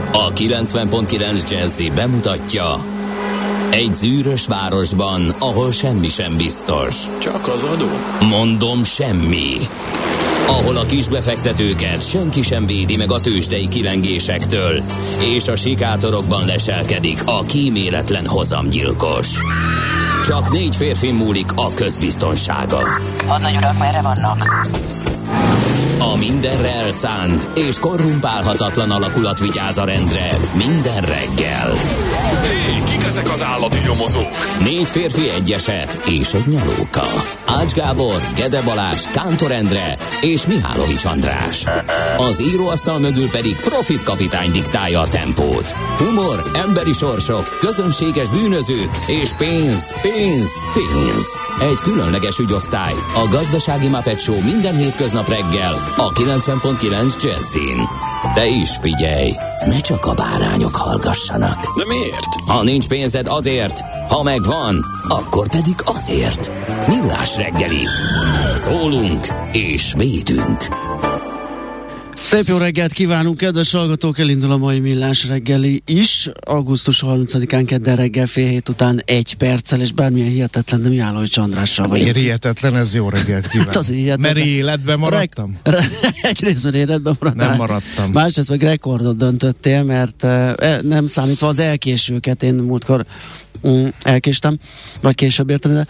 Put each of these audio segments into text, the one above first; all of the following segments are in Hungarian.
A 90.9 Jazzy bemutatja: egy zűrös városban, ahol semmi sem biztos. Csak az adó? Mondom, semmi. Ahol a kisbefektetőket senki sem védi meg a tőzsdei kilengésektől, és a sikátorokban leselkedik a kíméletlen hozamgyilkos. Csak 4 férfi múlik a közbiztonsága. Hadnagy urak, merre vannak? A mindenre elszánt és korrumpálhatatlan alakulat vigyáz a rendre minden reggel. Hé, kik ezek az állati nyomozók? 4 férfi, egy eset és egy nyalóka. Ács Gábor, Gede Balázs, Kántor Endre és Mihálovics András. Az íróasztal mögül pedig Profit kapitány diktálja a tempót. Humor, emberi sorsok, közönséges bűnözők és pénz, pénz, pénz. Egy különleges ügyosztály, a Gazdasági Muppet Show minden hétköznap reggel a 90.9 Jazzyn. De is figyelj, ne csak a bárányok hallgassanak. De miért? Ha nincs pénzed, azért, ha megvan, akkor pedig azért. Millás reggeli. Szólunk és védünk. Szép jó reggelt kívánunk, kedves hallgatók! Elindul a mai Millás reggeli is. Augusztus 30-án kedden reggel fél hét után 1 perccel, és bármilyen hihetetlen, de Mihálovics Andrással vagyunk. Miért hihetetlen, ez jó reggelt kívánunk. Hát az hihetetlen. Mert életben maradtam? Egyrészt, mert életben maradtál. Nem maradtam. Másrészt meg rekordot döntöttél, mert nem számítva az elkésőket, én múltkor elkéstem, vagy később értem, de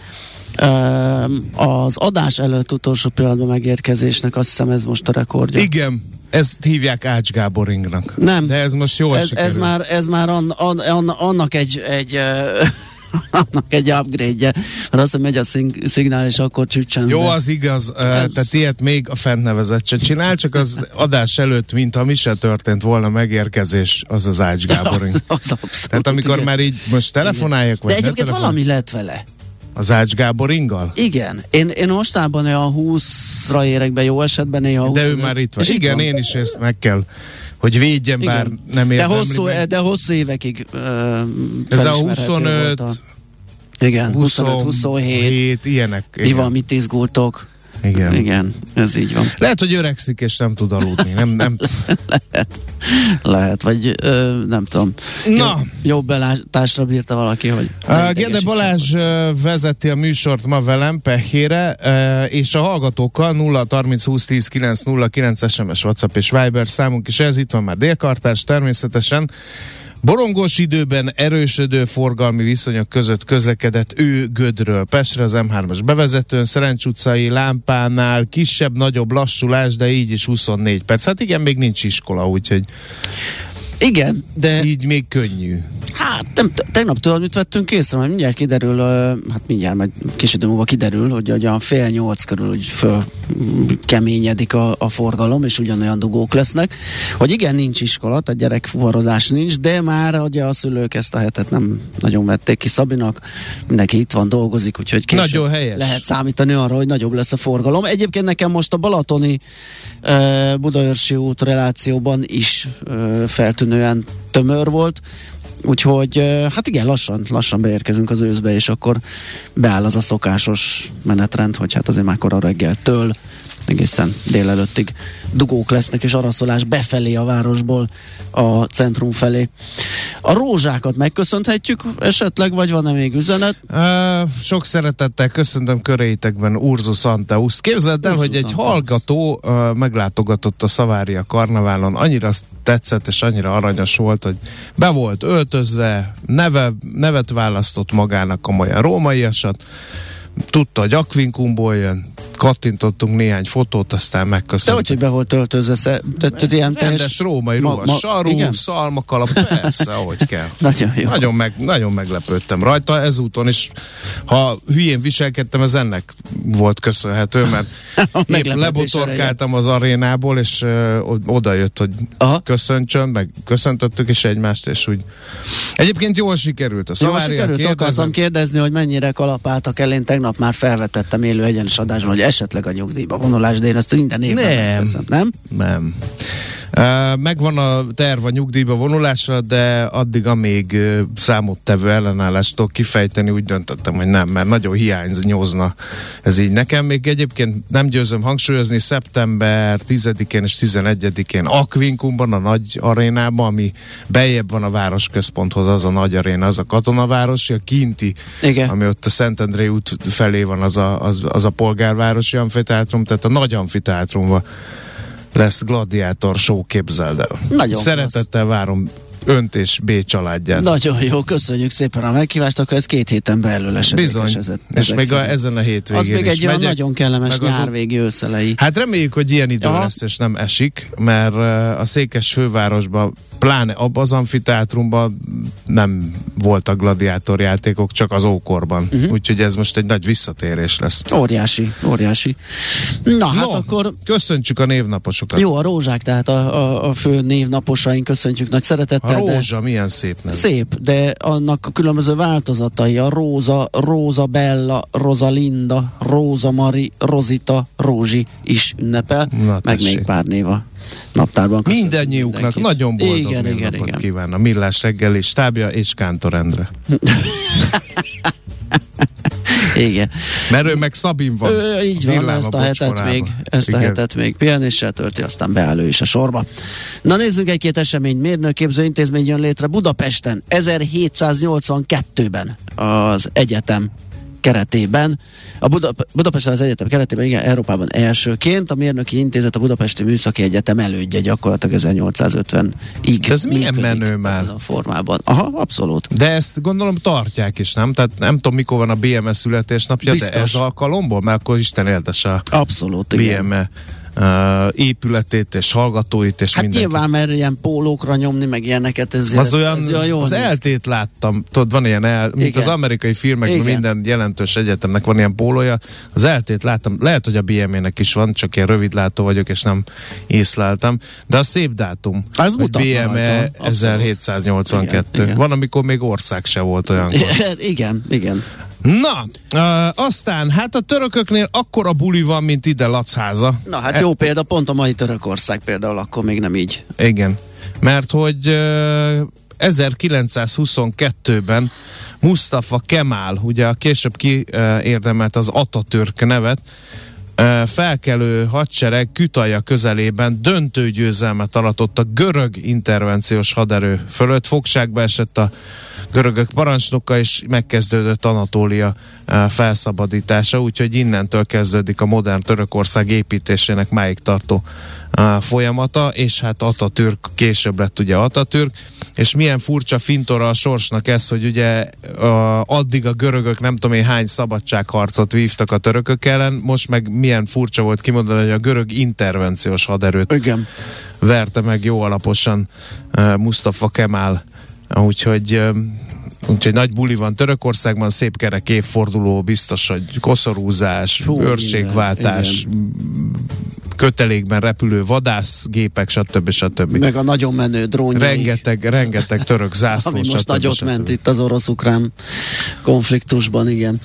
az adás előtt utolsó pillanatban megérkezésnek azt hiszem ez most a rekordja. Igen, ezt hívják Ács Gáboringnak. Nem. De ez most jól sikerült. Ez már annak egy upgrade-je. Mert azt, hogy megy a szignál, és akkor csücsensz. Jó, az igaz, tehát ilyet még a fent nevezett se csinál, csak az adás előtt, mintha mi se történt volna megérkezés, az Ács Gáboring. Az abszolút, tehát amikor igen. már így most telefonálják, vagy de egyébként valami lett vele. Az Ács Gáboringgal? Igen. Én mostában olyan 20-ra érek be jó esetben, néha 20. De ő már itt van. Igen, van. Én is ezt meg kell, hogy védjem, igen. Bár nem érdemli. De hosszú évekig ez a 25, igen, 25-27, ilyenek. Mi van, mit izgultok? Igen, ez így van. Lehet, hogy öregszik, és nem tud aludni. Nem. Lehet, vagy nem tudom. Na. Jobb belátásra bírta valaki, hogy... Gede Balázs vezeti a műsort ma velem, pehére, és a hallgatókkal 0-30-20-10-9-09 SMS, WhatsApp és Viber számunk is ez, itt van már Délkartárs természetesen. Borongós időben erősödő forgalmi viszonyok között közlekedett ő Gödről Pestre az M3-as bevezetőn, Szerencs utcai lámpánál kisebb-nagyobb lassulás, de így is 24 perc. Hát igen, még nincs iskola, úgyhogy igen, de... így még könnyű. Hát, tegnap tudod, mit vettünk észre, majd mindjárt kiderül, hát mindjárt, majd kis idő múlva kiderül, hogy olyan 7:30 körül úgy keményedik a forgalom, és ugyanolyan dugók lesznek, hogy igen, nincs iskola, tehát gyerekfuvarozás nincs, de már ugye a szülők ezt a hetet nem nagyon vették ki Szabinak, mindenki itt van, dolgozik, úgyhogy később lehet számítani arra, hogy nagyobb lesz a forgalom. Egyébként nekem most a balatoni Budaörsi út relációban is feltűnően tömör volt, úgyhogy hát igen, lassan beérkezünk az őszbe, és akkor beáll az a szokásos menetrend, hogy hát azért már kora reggeltől egészen délelőttig dugók lesznek, és araszolás befelé a városból a centrum felé. A rózsákat megköszönhetjük esetleg, vagy van-e még üzenet? Sok szeretettel köszöntöm köreitekben Urzus Anteuszt. Képzeld el, hogy egy hallgató meglátogatott a Szavária karneválon, annyira tetszett és annyira aranyos volt, hogy be volt öltözve, nevet választott magának, komolyan rómaiasat, tudta, hogy Akvinkumból jön, kattintottunk néhány fotót, aztán megköszöntük. De hogy be volt öltözve, rendes római ruha, sarú, szalmakalap, persze, ahogy kell. Nagyon jó. Nagyon meglepődtem rajta, ezúton is, ha hülyén viselkedtem, ez ennek volt köszönhető, mert épp lebotorkáltam az arénából, és oda jött, hogy köszöntsön, meg köszöntöttük is egymást, és úgy. Egyébként jól sikerült a Szavária. Akartam kérdezni, hogy mennyire kalapáltak el, én tegnap már felvetettem élő egyenes adásban, hogy esetleg a nyugdíjba vonulás, de én ezt minden évben megveszem, nem? Nem. Megvan a terv a nyugdíjba vonulásra, de addig, amíg számottevő ellenállást tudok kifejteni, úgy döntöttem, hogy nem, mert nagyon hiányozna ez így nekem. Még egyébként nem győzöm hangsúlyozni, szeptember 10-én és 11-én Aquincumban, a nagy arénában, ami beljebb van a városközponthoz, az a nagy aréna, az a katonavárosi, a kinti, igen, ami ott a Szentendrei út felé van, az a polgárvárosi amfiteátrum, tehát a nagy amfiteátrumban lesz gladiátor show, képzeld el. Nagyon szeretettel várom Önt és B családját. Nagyon jó, köszönjük szépen a meghívást, akkor ez 2 héten belül esetleg. Bizony, és még ezen a hétvégén az még egy olyan nagyon kellemes nyárvégi őszelei. Hát reméljük, hogy ilyen idő lesz, és nem esik, mert a székes fővárosban, pláne abban az amfiteátrumban nem voltak gladiátorjátékok, csak az ókorban. Úgyhogy ez most egy nagy visszatérés lesz. Óriási. Na, hát akkor... Köszöntsük a névnaposokat. Jó, a rózsák, tehát a fő névnaposaink, köszöntjük nagy szeretettel. A rózsa milyen szép nem? Szép, de annak a különböző változatai, a Róza, Rózabella, Rosalinda, Róza Mari, Rozita, Rózsi is ünnepel, meg még pár név a naptárban. Mindennyiuknak nagyon boldog névnapot kíván a Millás reggeli stábja és Kántor Endre. Igen. Mert ő meg Szabin van. Így van, ezt a hetet még pihenéssel tölti, aztán beáll ő is a sorba. Na nézzünk egy-két esemény. Mérnökképző intézmény jön létre Budapesten 1782-ben az egyetem keretében. Budapesten az egyetem keretében, igen, Európában elsőként. A Mérnöki Intézet a Budapesti Műszaki Egyetem elődje, gyakorlatilag 1850-ig. Ez milyen menő már? A formában. Aha, abszolút. De ezt gondolom tartják is, nem? Tehát nem tudom, mikor van a BME születésnapja, biztos. De ez alkalomból, mert akkor Isten éltes a abszolút, BME épületét és hallgatóit és mindenkit. Nyilván, mert ilyen pólókra nyomni, meg ilyeneket, ez olyan jó. Az eltét láttam, tudod, van ilyen mint az amerikai filmekben, minden jelentős egyetemnek van ilyen pólója, az eltét láttam, lehet, hogy a BME-nek is van, csak ilyen rövidlátó vagyok, és nem észleltem, de a szép dátum, az hogy BME 1782. Igen. Van, amikor még ország se volt olyankor. Igen. Na, aztán, hát a törököknél akkora buli van, mint ide Lacháza. Na, hát jó példa, pont a mai Törökország például akkor még nem így. Igen, mert hogy 1922-ben Mustafa Kemal, ugye a később kiérdemelt az Atatürk nevet, felkelő hadsereg Kütahya közelében döntő győzelmet aratott a görög intervenciós haderő fölött. Fogságba esett a görögök parancsnoka, és megkezdődött Anatólia felszabadítása, úgyhogy innentől kezdődik a modern Törökország építésének máig tartó folyamata, és hát Atatürk, később lett ugye Atatürk, és milyen furcsa fintora a sorsnak ez, hogy ugye addig a görögök nem tudom én hány szabadságharcot vívtak a törökök ellen, most meg milyen furcsa volt kimondani, hogy a görög intervenciós haderőt verte meg jó alaposan Mustafa Kemal. Úgyhogy nagy buli van Törökországban, szép kerek évforduló, biztos, hogy koszorúzás, őrségváltás, kötelékben repülő vadászgépek, stb. Meg a nagyon menő drónjaik. Rengeteg török zászló. Ami most nagyot ment itt az orosz-ukrán konfliktusban, igen.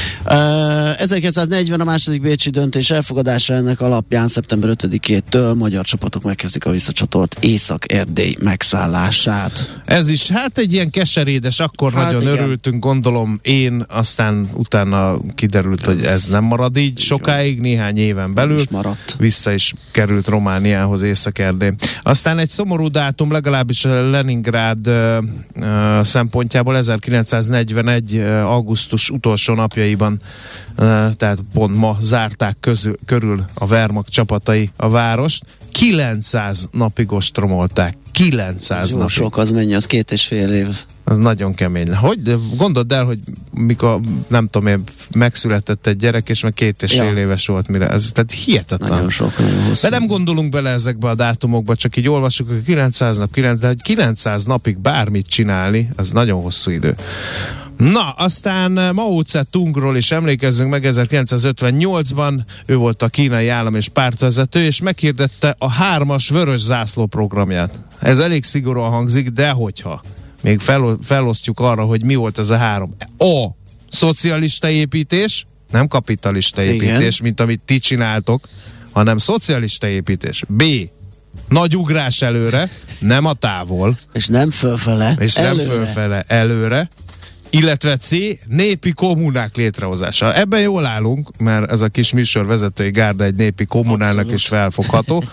1940 a második bécsi döntés elfogadása, ennek alapján szeptember 5-től magyar csapatok megkezdik a visszacsatolt Észak-Erdély megszállását. Ez is, hát egy ilyen keserédes, akkor nagyon örültünk, gondolom én, aztán utána kiderült, hogy ez nem marad így sokáig, néhány éven belül. Vissza is került Romániához Észak-Erdély. Aztán egy szomorú dátum, legalábbis Leningrád szempontjából 1941. augusztus utolsó napjaiban, tehát pont ma zárták körül a Wehrmacht csapatai a várost. 900 napig ostromolták. 900 napig. Sok, az mennyi, az 2,5 év. Az nagyon kemény. De gondold el, hogy mikor, nem tudom én, megszületett egy gyerek, és meg 2,5 éves volt, mire. Ez tehát hihetetlen. Nagyon sok, nagyon hosszú. De nem gondolunk bele ezekbe a dátumokba, csak így olvassuk, hogy 900 nap, de hogy 900 napig bármit csinálni, az nagyon hosszú idő. Na, aztán Mao Tse-tungról is emlékezzünk meg, 1958-ban ő volt a kínai állam és pártvezető, és meghirdette a 3-as vörös zászló programját. Ez elég szigorúan hangzik, de hogyha még felosztjuk arra, hogy mi volt ez a 3. A. Szocialista építés, nem kapitalista építés, mint amit ti csináltok, hanem szocialista építés. B. nagy ugrás előre, nem a távol. És nem fölfele, És előre. Nem fölfele, előre. Illetve C, népi kommunák létrehozása. Ebben jól állunk, mert ez a kis műsorvezetői gárda egy népi kommunának abszolút is felfogható.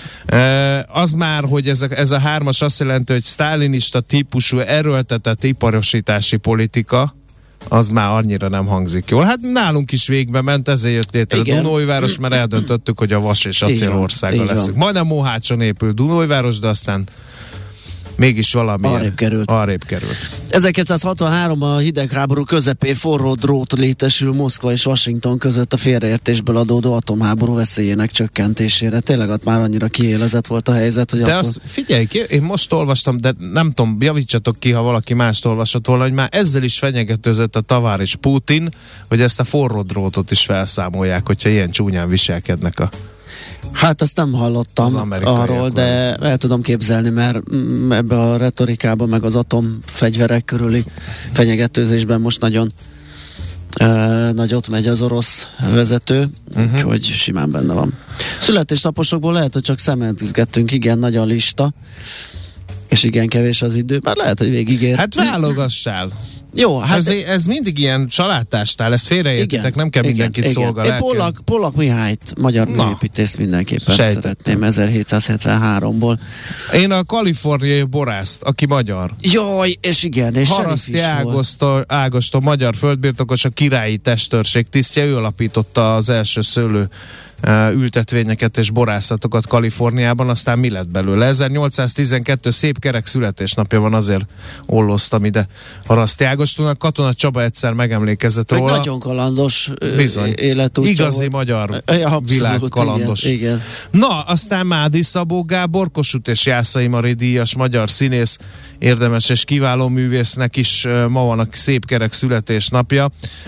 Az már, hogy ez a hármas azt jelenti, hogy sztálinista típusú erőltetett iparosítási politika, az már annyira nem hangzik jól. Hát nálunk is végbe ment, ezért jött létre a Dunóiváros, mert eldöntöttük, hogy a vas és acél országa leszünk. Majdnem Mohácson épül Dunóiváros, de aztán mégis valami arrébb került. 1963-ban a hidegháború közepén forró drót létesül Moszkva és Washington között a félreértésből adódó atomháború veszélyének csökkentésére. Tényleg ott már annyira kiélezett volt a helyzet, hogy de azt figyelj, én most olvastam, de nem tudom, javítsatok ki, ha valaki mást olvasott volna, hogy már ezzel is fenyegetőzött a Tavár és Putin, hogy ezt a forró drótot is felszámolják, hogyha ilyen csúnyán viselkednek a... Hát ezt nem hallottam arról, de el tudom képzelni, mert ebbe a retorikában, meg az atomfegyverek körüli fenyegetőzésben most nagyon nagyot megy az orosz vezető, úgyhogy simán benne van. Születésnaposokból lehet, hogy csak szemelgetünk, igen, nagy a lista, és igen, kevés az idő, bár lehet, hogy végigér. Hát válogassál! Jó, hát ez mindig ilyen csalátástál, ezt félreértitek, nem kell mindenkit szolgálni. Pollak Mihályt, magyar műépítést mindenképpen szeretném 1773-ból. Én a kaliforniai borászt, aki magyar. Jaj, és igen, és Haraszti Ágoston, magyar földbirtokos, a királyi testőrség tisztje, ő alapította az első szőlő ültetvényeket és borászatokat Kaliforniában, aztán mi lett belőle? 1812 szép kerek születésnapja van, azért olloztam ide Haraszti Ágostonnak. Katona Csaba egyszer megemlékezett róla. Nagyon kalandos életútja igazi volt. Magyar világkalandos. Igen. Na, aztán Mádi Szabó Gábor, Kossuth és Jászai Mari díjas magyar színész, érdemes és kiváló művésznek is ma van a szép kerek születésnapja.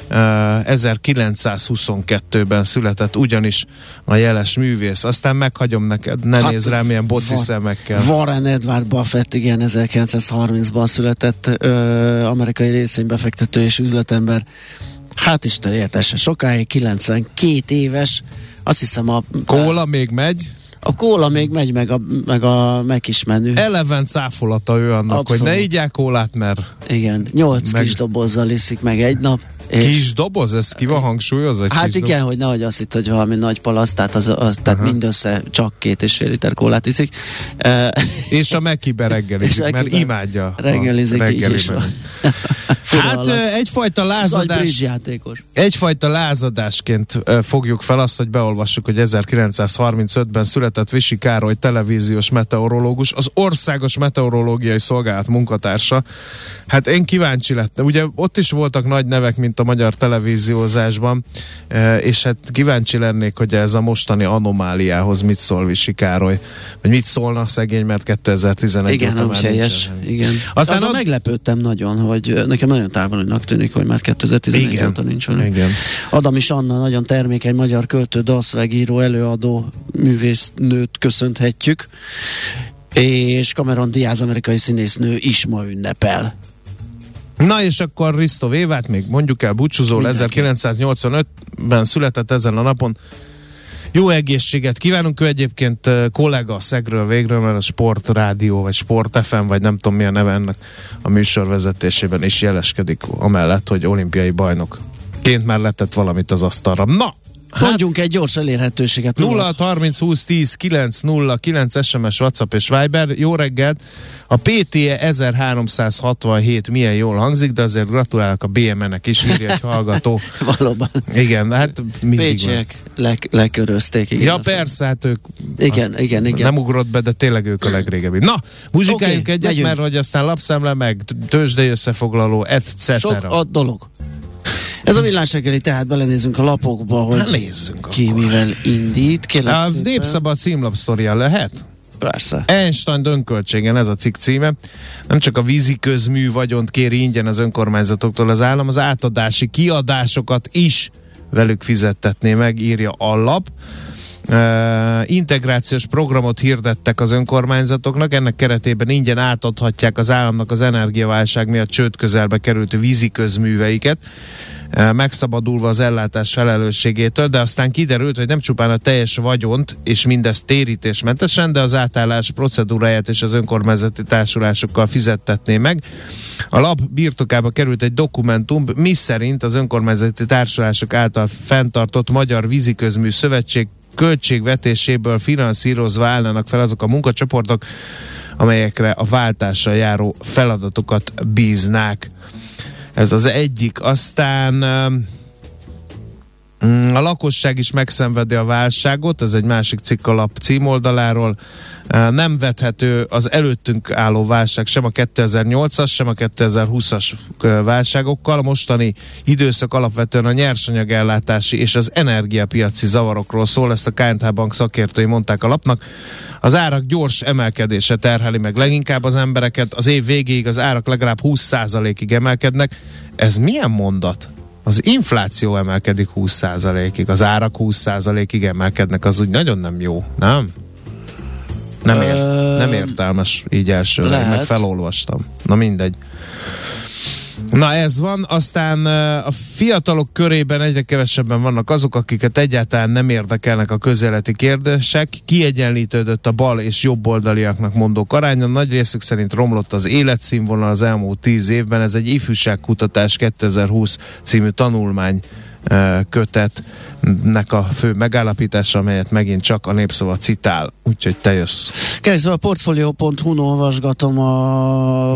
1922-ben született ugyanis a jeles művész. Aztán meghagyom neked, ne nézz rám ilyen boci szemekkel. Warren Edward Buffett, igen, 1930-ban született amerikai részvénybefektető és üzletember. Hát Isten éltesse sokáig, 92 éves. Azt hiszem Kóla még megy? A kóla még megy, meg is menő. Eleven cáfolata ő annak, abszolút, hogy ne igyál kólát, mert... Igen, 8 kis dobozzal iszik meg egy nap. Kis doboz? Ez ki van hangsúlyozva? Hát igen, hogy nehogy azt hitt, hogy valami nagy palasz, tehát mindössze csak 2,5 liter kólát iszik. És a Mekibe reggelizik, mert imádja. Reggelizik, így is van. Hát egyfajta lázadásként fogjuk fel azt, hogy beolvassuk, hogy 1935-ben született Visi Károly televíziós meteorológus, az Országos Meteorológiai Szolgálat munkatársa. Hát én kíváncsi lettem. Ugye ott is voltak nagy nevek, mint a magyar televíziózásban, és hát kíváncsi lennék, hogy ez a mostani anomáliához mit szól Visi Károly, vagy mit szólna szegény, mert 2011 igen, óta már helyes. Igen. Aztán meglepődtem nagyon, hogy nekem nagyon távolinak tűnik, hogy már 2011 óta nincs velünk. Igen. Adams Anna, nagyon termékeny magyar költő, dalszövegíró, előadó, művésznőt köszönhetjük, és Cameron Diaz, amerikai színésznő is ma ünnepel. Na és akkor Risto Évát még mondjuk el búcsúzól, 1985-ben született ezen a napon. Jó egészséget kívánunk, ő egyébként kollega a Szegről végről, mert a Sportrádió, vagy Sport FM, vagy nem tudom milyen neve ennek a műsorvezetésében is jeleskedik, amellett, hogy olimpiai bajnokként már letett valamit az asztalra. Na! Mondjunk egy gyors elérhetőséget. 0-30 20 10 909 SMS, WhatsApp és Viber. Jó reggelt! A PTE 1367 milyen jól hangzik, de azért gratulálok a BMN-nek is, írja egy hallgató. Valóban. Igen, hát mindig Pécsiek lekörözték. Igen, ja persze, hát ők igen. Nem ugrott be, de tényleg ők a legrégebbi. Na, muzsikáljunk egyet, megyünk. Mert hogy aztán lapszemle, meg tőzsdei összefoglaló, etc. Sok a dolog. Ez a Millás reggeli, tehát belenézünk a lapokba, hogy ki mivel indít. Kérlek a Népszabad címlapsztoria lehet? Persze. Einstein önköltségen, ez a cikk címe. Nem csak a vízi közmű vagyont kéri ingyen az önkormányzatoktól az állam, az átadási kiadásokat is velük fizettetné meg, írja a lap. Integrációs programot hirdettek az önkormányzatoknak, ennek keretében ingyen átadhatják az államnak az energiaválság miatt csőd közelbe került vízi közműveiket. megszabadulva az ellátás felelősségétől, de aztán kiderült, hogy nem csupán a teljes vagyont, és mindezt térítésmentesen, de az átállás procedúráját és az önkormányzati társulásokkal fizettetné meg. A lap birtokába került egy dokumentum, miszerint az önkormányzati társulások által fenntartott Magyar Víziközmű Szövetség költségvetéséből finanszírozva állnának fel azok a munkacsoportok, amelyekre a váltással járó feladatokat bíznák. Ez az egyik. Aztán a lakosság is megszenvedi a válságot, ez egy másik cikk a lap címoldaláról. Nem vethető az előttünk álló válság sem a 2008-as, sem a 2020-as válságokkal. A mostani időszak alapvetően a nyersanyagellátási és az energiapiaci zavarokról szól, ezt a KNH Bank szakértői mondták a lapnak. Az árak gyors emelkedése terheli meg leginkább az embereket, az év végéig az árak legalább 20%-ig emelkednek. Ez milyen mondat? Az infláció emelkedik 20%-ig, az árak 20%-ig emelkednek, az úgy nagyon nem jó, nem? Nem értelmes így elsőre, meg felolvastam. Na mindegy. Na ez van, aztán a fiatalok körében egyre kevesebben vannak azok, akiket egyáltalán nem érdekelnek a közéleti kérdések. Kiegyenlítődött a bal és jobboldaliaknak mondók aránya, nagy részük szerint romlott az életszínvonal az elmúlt 10 évben. Ez egy ifjúságkutatás 2020 című tanulmány kötetnek a fő megállapítása, amelyet megint csak a Népszava citál. Úgyhogy te jössz. Kezdve a Portfolio.hu-n olvasgatom a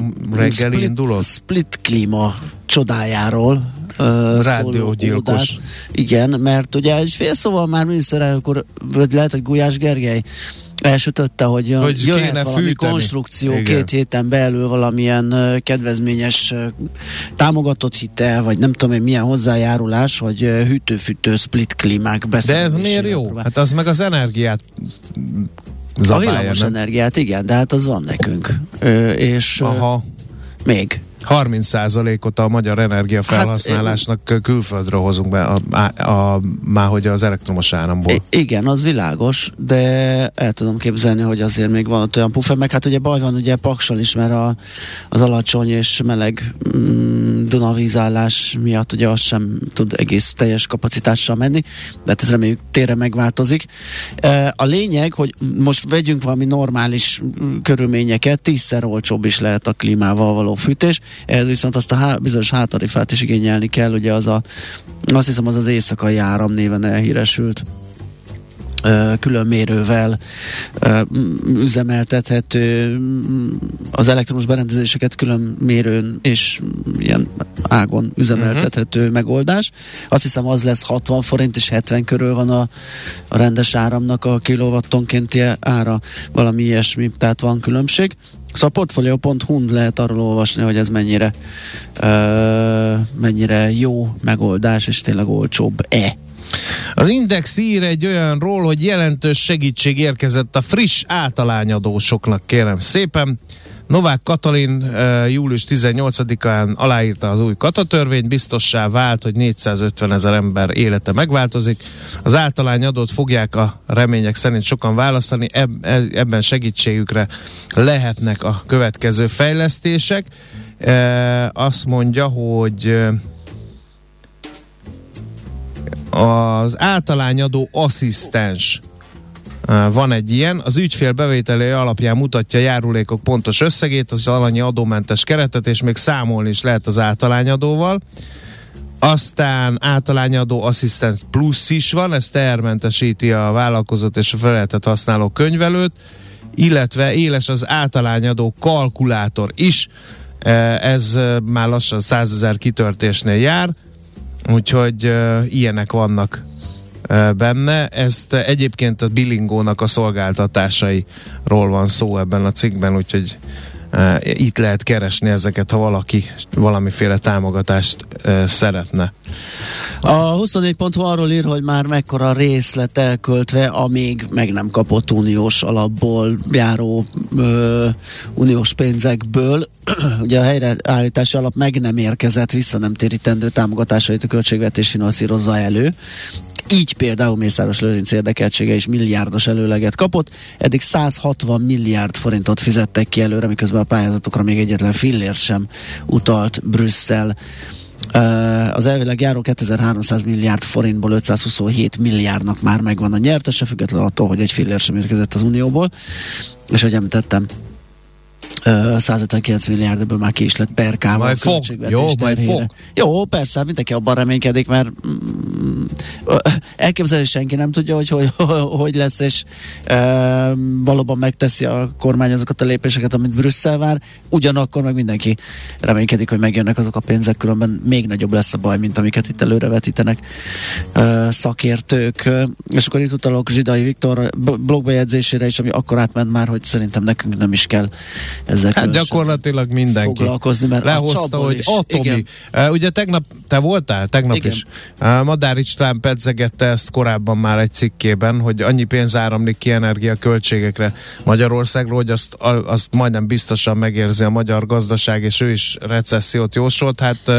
Split klíma csodájáról. Rádiógyilkos. Igen, mert ugye egy fél szóval már miniszterelnök úr, vagy lehet, hogy Gulyás Gergely elsütötte, hogy jöhet valami fűteni. Konstrukció, igen. 2 héten belül valamilyen kedvezményes támogatott hitel, vagy nem tudom én milyen hozzájárulás, hogy hűtő-fűtő split klímák beszélnek. De ez miért jó? Hát az meg az energiát zabálja, a villamos energiát, igen, de hát az van nekünk. És még 30%-ot a magyar energiafelhasználásnak külföldről hozunk be, már hogy az elektromos áramból. Igen, az világos, de el tudom képzelni, hogy azért még van ott olyan puffer, meg hát ugye baj van ugye Paksal is, mert az alacsony és meleg Dunavízállás miatt ugye az sem tud egész teljes kapacitással menni, de hát ez reméljük térre megváltozik. A lényeg, hogy most vegyünk valami normális körülményeket, 10-szer olcsóbb is lehet a klímával való fűtés. Ez viszont azt a bizonyos háttarifát is igényelni kell, ugye azt hiszem az éjszakai áram néven elhíresült külön mérővel üzemeltethető, az elektromos berendezéseket külön mérőn és ilyen ágon üzemeltethető megoldás. Azt hiszem az lesz 60 forint és 70 körül van a rendes áramnak a kilowattonkénti ára, valami ilyesmi, tehát van különbség. Szóval a Portfolio.hu-n lehet arról olvasni, hogy ez mennyire jó megoldás, és tényleg olcsóbb-e. Az Index ír egy olyanról, hogy jelentős segítség érkezett a friss általányadósoknak, kérem szépen. Novák Katalin július 18-án aláírta az új katatörvényt, biztossá vált, hogy 450 000 ember élete megváltozik. Az általányadót fogják a remények szerint sokan választani, ebben segítségükre lehetnek a következő fejlesztések. Azt mondja, hogy az általányadó asszisztens van egy ilyen, az ügyfél bevételei alapján mutatja járulékok pontos összegét, az alanyi adómentes keretet, és még számolni is lehet az általányadóval. Aztán általányadó asszisztens plusz is van, ez tehermentesíti a vállalkozót és a felületet használó könyvelőt, illetve éles az általányadó kalkulátor is, ez már lassan 100 000 kitörtésnél jár, úgyhogy ilyenek vannak benne. Ezt egyébként a Bilingónak a szolgáltatásairól van szó ebben a cikkben, úgyhogy itt lehet keresni ezeket, ha valaki valamiféle támogatást szeretne. A 24.hu arról ír, hogy már mekkora részlet elköltve a még meg nem kapott uniós alapból járó uniós pénzekből. Ugye a helyreállítási alap meg nem érkezett, vissza nem térítendő támogatásait a költségvetés finanszírozza elő. Így például Mészáros Lőrinc érdekeltsége is milliárdos előleget kapott. Eddig 160 milliárd forintot fizettek ki előre, miközben a pályázatokra még egyetlen fillért sem utalt Brüsszel. Az elvileg járó 2300 milliárd forintból 527 milliárdnak már megvan a nyertese, függetlenül attól, hogy egy fillér sem érkezett az Unióból. És ahogy említettem, 159 milliárd, ebből már ki is lett per kával a költségvetés terhére. Jó, persze, mindenki abban reménykedik, mert elképzelni senki nem tudja, hogy lesz, és valóban megteszi a kormány azokat a lépéseket, amit Brüsszel vár, ugyanakkor meg mindenki reménykedik, hogy megjönnek azok a pénzek, különben még nagyobb lesz a baj, mint amiket itt előrevetítenek szakértők. És akkor itt utalok Zsidai Viktor blogbejegyzésére is, ami akkor átment már, hogy szerintem nekünk nem is kell ezzel hát gyakorlatilag mindenki foglalkozni, mert lehozta, hogy atomi. Ugye tegnap, te voltál? Tegnap igen. Is. Madár István pedzegette ezt korábban már egy cikkében, hogy annyi pénz áramlik ki energiaköltségekre Magyarországról, hogy azt majdnem biztosan megérzi a magyar gazdaság, és ő is recessziót jósolt. Hát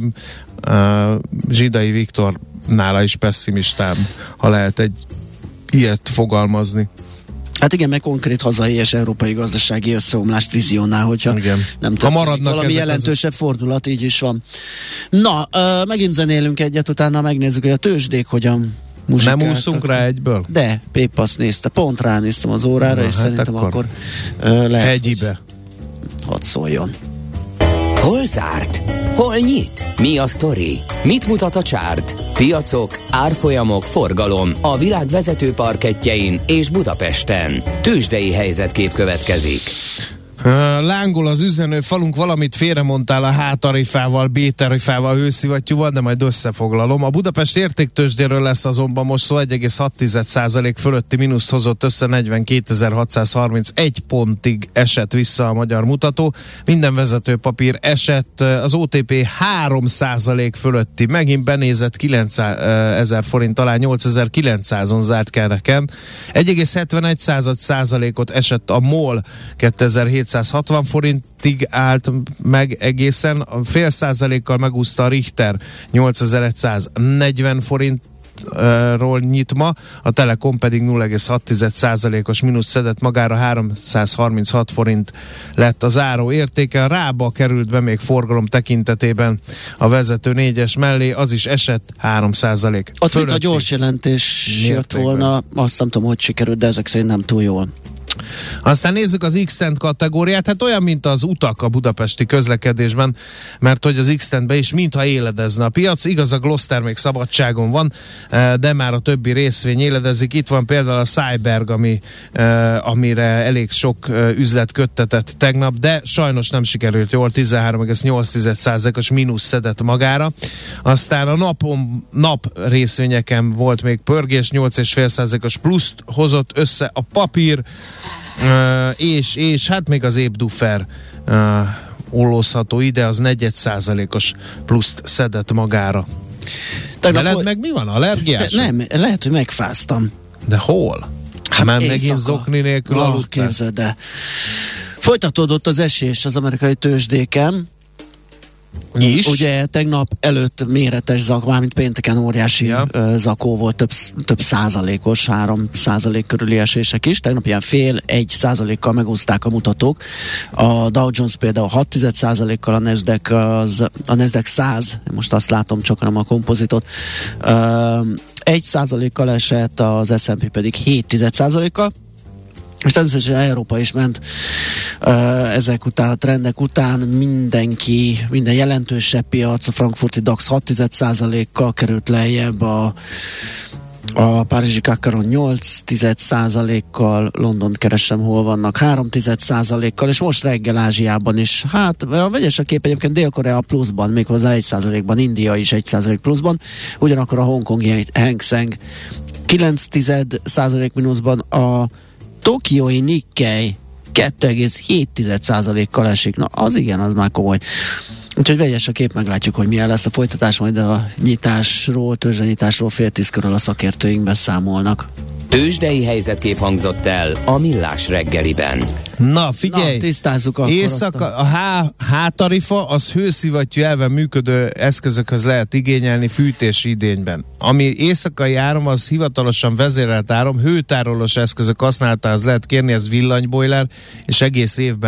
Zsidai Viktor nála is pesszimistább, ha lehet egy ilyet fogalmazni. Hát igen, meg konkrét hazai és európai gazdasági összeomlást vizionál, hogyha igen. Nem történik valami jelentősebb fordulat, így is van. Na, megint zenélünk egyet, utána megnézzük, hogy a tőzsdék hogyan muzsikáltak. Nem úszunk rá egyből? De, Pépp azt nézte, pont ránéztem az órára, és hát szerintem akkor lehet, hegyibe. Hadd szóljon. Hol zárt? Hol nyit? Mi a sztori? Mit mutat a csárt? Piacok, árfolyamok, forgalom a világ vezető parkettjein és Budapesten. Tőzsdei helyzetkép következik. Lángol az üzenő falunk, valamit félremondtál a H-tarifával, B-tarifával, hőszivattyúval, de majd összefoglalom. A Budapest értéktőzsdéről lesz azonban most szó, 1,6% fölötti mínuszt hozott össze, 42.631 pontig esett vissza a magyar mutató. Minden vezető papír esett, az OTP 3% fölötti, megint benézett 9.000 forint alá, 8.900-on zárt kereken. 1,71%-ot esett a MOL, 2760 forintig állt meg egészen, fél százalékkal megúszta a Richter, 8140 forintról nyit ma, a Telekom pedig 0,6%-os mínusz szedett magára, 336 forint lett a záró értéke. A Rába került be még forgalom tekintetében a vezető 4-es mellé, az is esett 3%. Ott mint a gyors jelentés jött volna, azt nem tudom, hogy sikerült, de ezek szerint nem túl jól. Aztán nézzük az X-Tent kategóriát, hát olyan, mint az utak a budapesti közlekedésben, mert hogy az X-Tentbe is mintha éledezne a piac, igaz, a Gloster még szabadságon van, de már a többi részvény éledezik. Itt van például a Cyberg, amire elég sok üzlet köttetett tegnap, de sajnos nem sikerült jól, 13,8%-os mínusz szedett magára. Aztán a nap részvényeken volt még pörgés, 8,5%-os pluszt hozott össze a papír, és hát még az Ébdufer ollózható ide, az 4%-os pluszt szedett magára. Veled meg mi van? Allergiás? Nem, lehet, hogy megfáztam. De hol? Hát már megint zokni nélkül aludtál? Képzeld, de folytatódott az esés az amerikai tőzsdéken. Is? Ugye tegnap előtt méretes zak, mármint pénteken óriási zakó volt, több százalékos, 3% körüli esések is. Tegnap ilyen 0,5-1%-kal megúzták a mutatók. A Dow Jones például 0,6%-kal, a Nasdaq 100, most azt látom, csak nem a kompozitot, 1%-kal esett, az S&P pedig 0,7%-kal. És természetesen Európa is ment ezek után, a trendek után, minden jelentősebb piac, a frankfurti DAX 6,1%-kal került lejjebb, a párizsi Kakaron 8,1%-kal, London keresem hol vannak, 3,1%-kal, és most reggel Ázsiában is, hát a vegyes a kép egyébként, Dél-Korea pluszban, méghozzá 1%-ban, India is 1% pluszban, ugyanakkor a hongkongi Hang Seng 9% mínuszban, a tokiói Nikkei 2,7%-kal esik. Na, az igen, az már komoly. Úgyhogy vegyes a kép, meglátjuk, hogy milyen lesz a folytatás, majd a nyitásról, tőzsdenyitásról 9:30 körül a szakértőink beszámolnak. Tőzsdei helyzetkép hangzott el a Millás reggeliben. Na, figyelj! Na, tisztázzuk akkor. Éjszaka, a H-tarifa az hőszivattyú elven működő eszközökhöz lehet igényelni fűtési idényben. Ami éjszakai áram, az hivatalosan vezérelt áram, hőtárolós eszközök használatához lehet kérni, ez villanybojler, és egész évben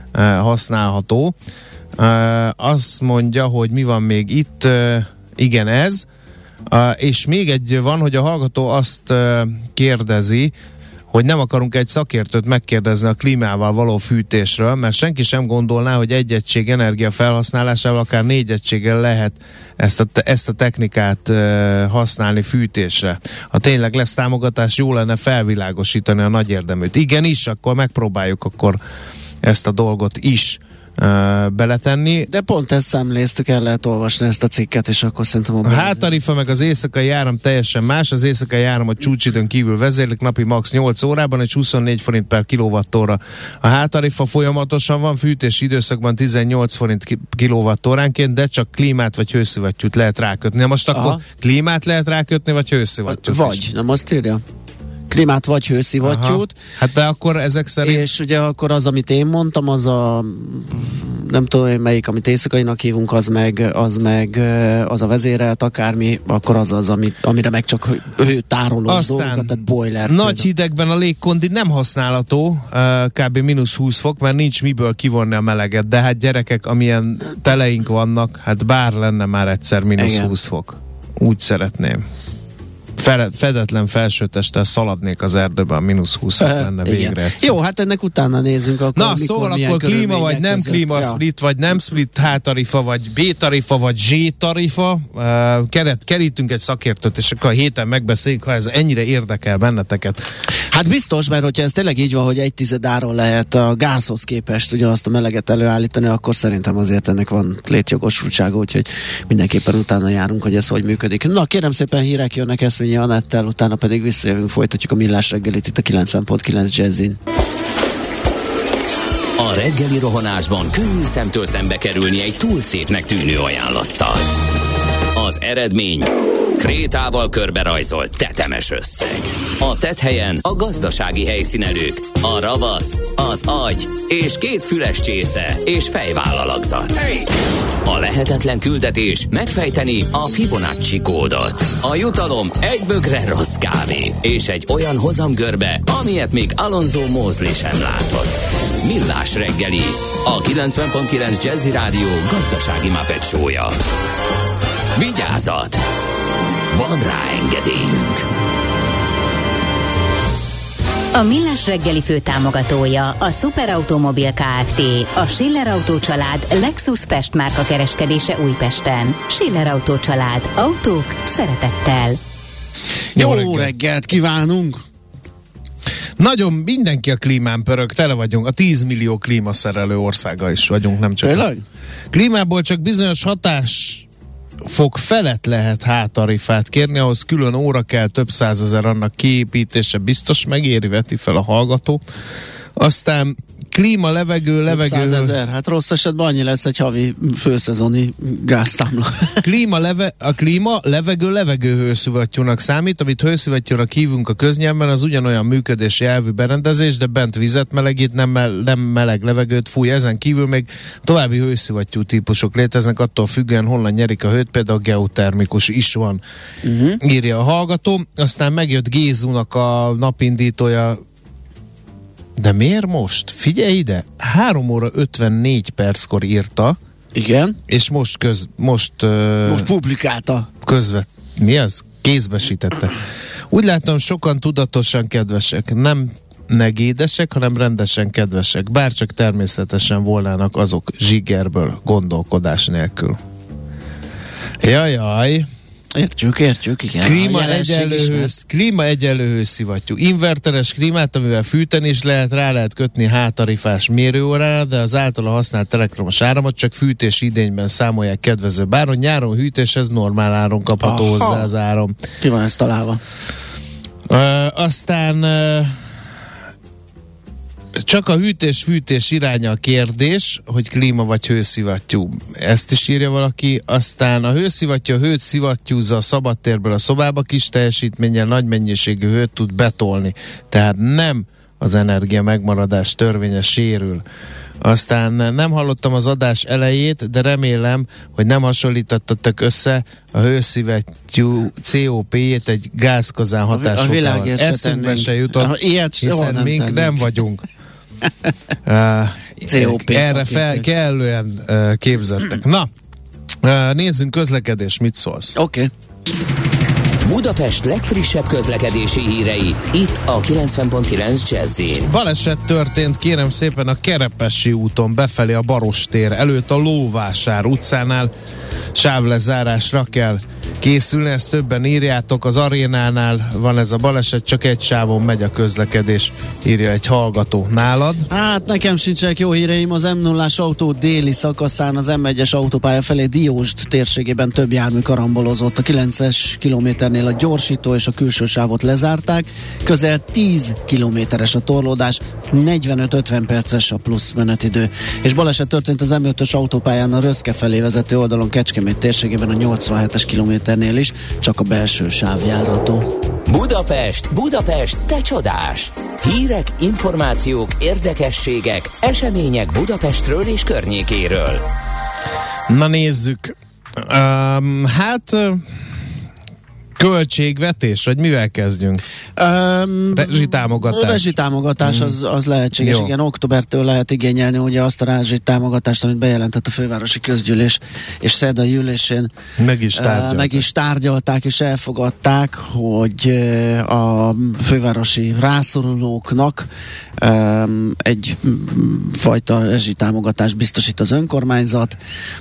használható. Azt mondja, hogy mi van még itt, igen ez, és még egy van, hogy a hallgató azt kérdezi, hogy nem akarunk egy szakértőt megkérdezni a klímával való fűtésről, mert senki sem gondolná, hogy egy egység energia felhasználásával akár 4 egységgel lehet ezt a technikát használni fűtésre. Ha tényleg lesz támogatás, jó lenne felvilágosítani a nagy érdeműt. Igenis, akkor megpróbáljuk akkor ezt a dolgot is beletenni. De pont ezt szemléztük, el lehet olvasni ezt a cikket, és akkor szerintem a háttarifa meg az éjszakai áram teljesen más. Az éjszakai áram a csúcsidőn kívül vezérlik napi max 8 órában, és 24 forint per kilowattóra. A háttarifa folyamatosan van, fűtési időszakban 18 forint kilowattóránként, de csak klímát vagy hőszivattyút lehet rákötni. Most akkor klímát lehet rákötni, vagy hőszivattyút? Vagy, nem azt írja? Klímát vagy hőszivattyút. Hát de akkor ezek szerint... És ugye akkor az, amit én mondtam, az a nem tudom melyik, amit éjszakainak hívunk, az a vezérelt akármi, akkor az, amire meg csak hőtárolós dolgokat, tehát boiler. Nagy hidegben a légkondi nem használható, kb. -20 fok, mert nincs miből kivonni a meleget, de hát gyerekek, amilyen teleink vannak, hát bár lenne már egyszer -20 fok. Úgy szeretném. Fedetlen felsőtesttel szaladnék az erdőben, a -20 lenne végre egyszer. Jó, hát ennek utána nézzünk akkor. Na, szóval akkor klíma vagy nem klíma, split vagy nem split, H-tarifa vagy B-tarifa vagy Z-tarifa. Kerítünk egy szakértőt, és akkor a héten megbeszéljük, ha ez ennyire érdekel benneteket. Hát biztos, mert hogyha ez tényleg így van, hogy 1/10 áron lehet a gázhoz képest ugyanazt a meleget előállítani, akkor szerintem azért ennek van létjogosultsága, úgyhogy mindenképpen utána járunk, hogy ez hogy működik. Na, kérem szépen, hírek jönnek Eszményi Anettel, utána pedig visszajövünk, folytatjuk a Millás reggelit itt a 90.9 Jazzin. A reggeli rohanásban könnyű szemtől szembe kerülni egy túl szépnek tűnő ajánlattal. Az eredmény krétával körberajzolt tetemes összeg. A tetthelyen a gazdasági helyszínelők, a ravasz, az agy és 2 füles csésze és fejvállalakzat. A lehetetlen küldetés megfejteni a Fibonacci kódot. A jutalom egy bögre rossz kávé és egy olyan hozamgörbe, amilyet még Alonso Mosley sem látott. Millás reggeli, a 90.9 Jazzy Rádió gazdasági Muppet show-ja. Vigyázat! Van rá engedélyünk! A Millás reggeli főtámogatója a Superautomobil Kft. A Schiller Autó család Lexus Pest márka kereskedése Újpesten. Schiller Autó család. Autók szeretettel. Jó reggelt kívánunk! Nagyon mindenki a klímán pörög, tele vagyunk, a 10 millió klímaszerelő országa is vagyunk, nem csak. Tényleg? Klímából csak bizonyos hatásfok felett lehet H-tarifát kérni, ahhoz külön óra kell, több 100 000 annak kiépítése biztos megéri, veti fel a hallgató. Aztán klíma, levegő... 100 000, hát rossz esetben annyi lesz egy havi főszezoni gázszámla. A klíma, levegő hőszivattyúnak számít, amit hőszivattyúnak hívunk a köznyelvben, az ugyanolyan működési elvű berendezés, de bent vizet melegít, nem meleg levegőt fúj. Ezen kívül még további hőszivattyú típusok léteznek, attól függően honnan nyerik a hőt, például geotermikus is van, írja a hallgató. Aztán megjött Gézunak a napindítója. De miért most? Figyelj ide! 3 óra 54 perckor írta. Igen. És most publikálta. Mi az? Kézbesítette. Úgy látom, sokan tudatosan kedvesek. Nem negédesek, hanem rendesen kedvesek. Bárcsak természetesen volnának azok zsigerből, gondolkodás nélkül. Jajjaj! Értjük, igen. Klíma egyenlő hőszivattyú. Inverteres klímát, amivel fűteni is lehet, rá lehet kötni H-tarifás mérőórára, de az általa használt elektromos áramot csak fűtési idényben számolják kedvező áron. Nyáron hűtéshez normál áron kapható hozzá az áram. Ki van ezt találva? Aztán csak a hűtés-fűtés iránya a kérdés, hogy klíma vagy hőszivattyú. Ezt is írja valaki. Aztán a hőszivattyú a hőt szivattyúzza a szabadtérből a szobába, kis teljesítménnyel nagy mennyiségű hőt tud betolni. Tehát nem az energia megmaradás törvénye sérül. Aztán nem hallottam az adás elejét, de remélem, hogy nem hasonlítottatok össze a hőszivattyú COP-jét egy gázkazán hatásfokával. Eszünkbe se jutott, hiszen mink nem vagyunk. COP erre kellően képzettek. Na, nézzünk közlekedés, mit szólsz? Oké. Budapest legfrissebb közlekedési hírei, itt a 90.9 Jazz-in. Baleset történt, kérem szépen, a Kerepesi úton befelé a Barostér előtt a Lóvásár utcánál sávlezárásra kell készülni, ezt többen írjátok, az arénánál van ez a baleset, csak egy sávon megy a közlekedés, írja egy hallgató. Nálad? Hát nekem sincsenek jó híreim, az M0-ás autó déli szakaszán az M1-es autópálya felé Diósd térségében több jármű karambolozott. A 9-es kilométernél a gyorsító és a külső sávot lezárták, közel 10 kilométeres a torlódás, 45-50 perces a plusz menetidő. És baleset történt az M5-ös autópályán a Röszke felé vezető oldalon Kecskemét térségében a 87-es kilométernél is, csak a belső sáv járható. Budapest, te csodás! Hírek, információk, érdekességek, események Budapestről és környékéről. Na nézzük. Költségvetés, vagy mivel kezdjünk? Rezsitámogatás. Rezsitámogatás az lehetséges. Jó. Igen, októbertől lehet igényelni ugye azt a rezsitámogatást, amit bejelentett a fővárosi közgyűlés, és szerdai ülésén meg is tárgyalták és elfogadták, hogy a fővárosi rászorulóknak egy fajta rezsitámogatást biztosít az önkormányzat.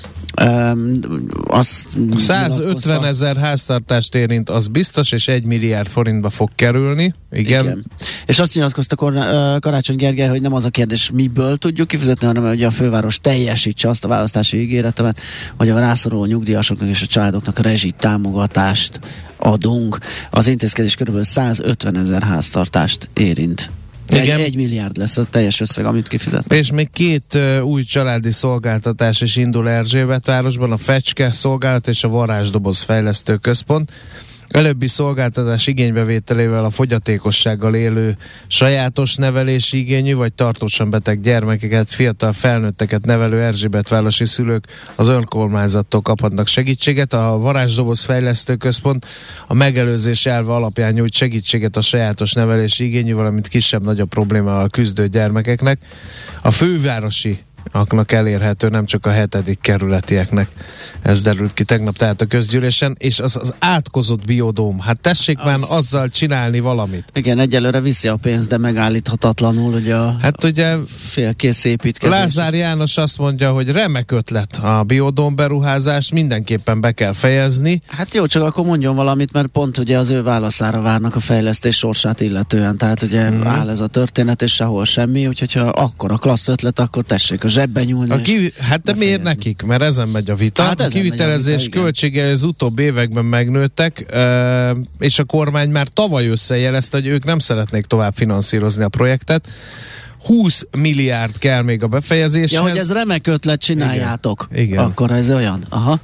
150 000 háztartást érint, az biztos, és 1 milliárd forintba fog kerülni. Igen. És azt nyilatkozta Karácsony Gergely, hogy nem az a kérdés, miből tudjuk kifizetni, hanem hogy a főváros teljesítse azt a választási ígéretemet, hogy a rászoruló nyugdíjasoknak és a családoknak rezsitámogatást adunk. Az intézkedés kb. 150 000 háztartást érint. Egy milliárd lesz a teljes összeg, amit kifizet. És még 2 új családi szolgáltatás is indul Erzsébetvárosban, a Fecske szolgálat és a Varázsdoboz fejlesztő központ. Előbbi szolgáltatás igénybevételével a fogyatékossággal élő sajátos nevelési igényű vagy tartósan beteg gyermekeket, fiatal felnőtteket nevelő erzsébetvárosi szülők az önkormányzattól kaphatnak segítséget. A Varázsdoboz fejlesztő központ a megelőzés elve alapján nyújt segítséget a sajátos nevelési igényű, valamint kisebb-nagyobb problémával küzdő gyermekeknek. A fővárosi aknak elérhető, nem csak a 7. kerületieknek. Ez derült ki tegnap tehát a közgyűlésen, és az átkozott biodóm. Hát tessék már azzal csinálni valamit. Igen, egyelőre viszi a pénzt, de megállíthatatlanul ugye félkész építkezés. Lázár János azt mondja, hogy remek ötlet a biodóm beruházást, mindenképpen be kell fejezni. Hát jó, csak akkor mondjon valamit, mert pont ugye az ő válaszára várnak a fejlesztés sorsát illetően. Tehát ugye áll ez a történet, és sehol semmi, úgyhogy ha akkor a klassz ötlet, akkor tessék a zsebben nyúlni. Hát de miért nekik? Mert ezen megy a vita. Hát a kivitelezés költségei az utóbbi években megnőttek, és a kormány már tavaly összejelezte, hogy ők nem szeretnék tovább finanszírozni a projektet. 20 milliárd kell még a befejezéshez. Ja, hogy ez remek ötlet, csináljátok. Igen. Akkor ez olyan. Aha.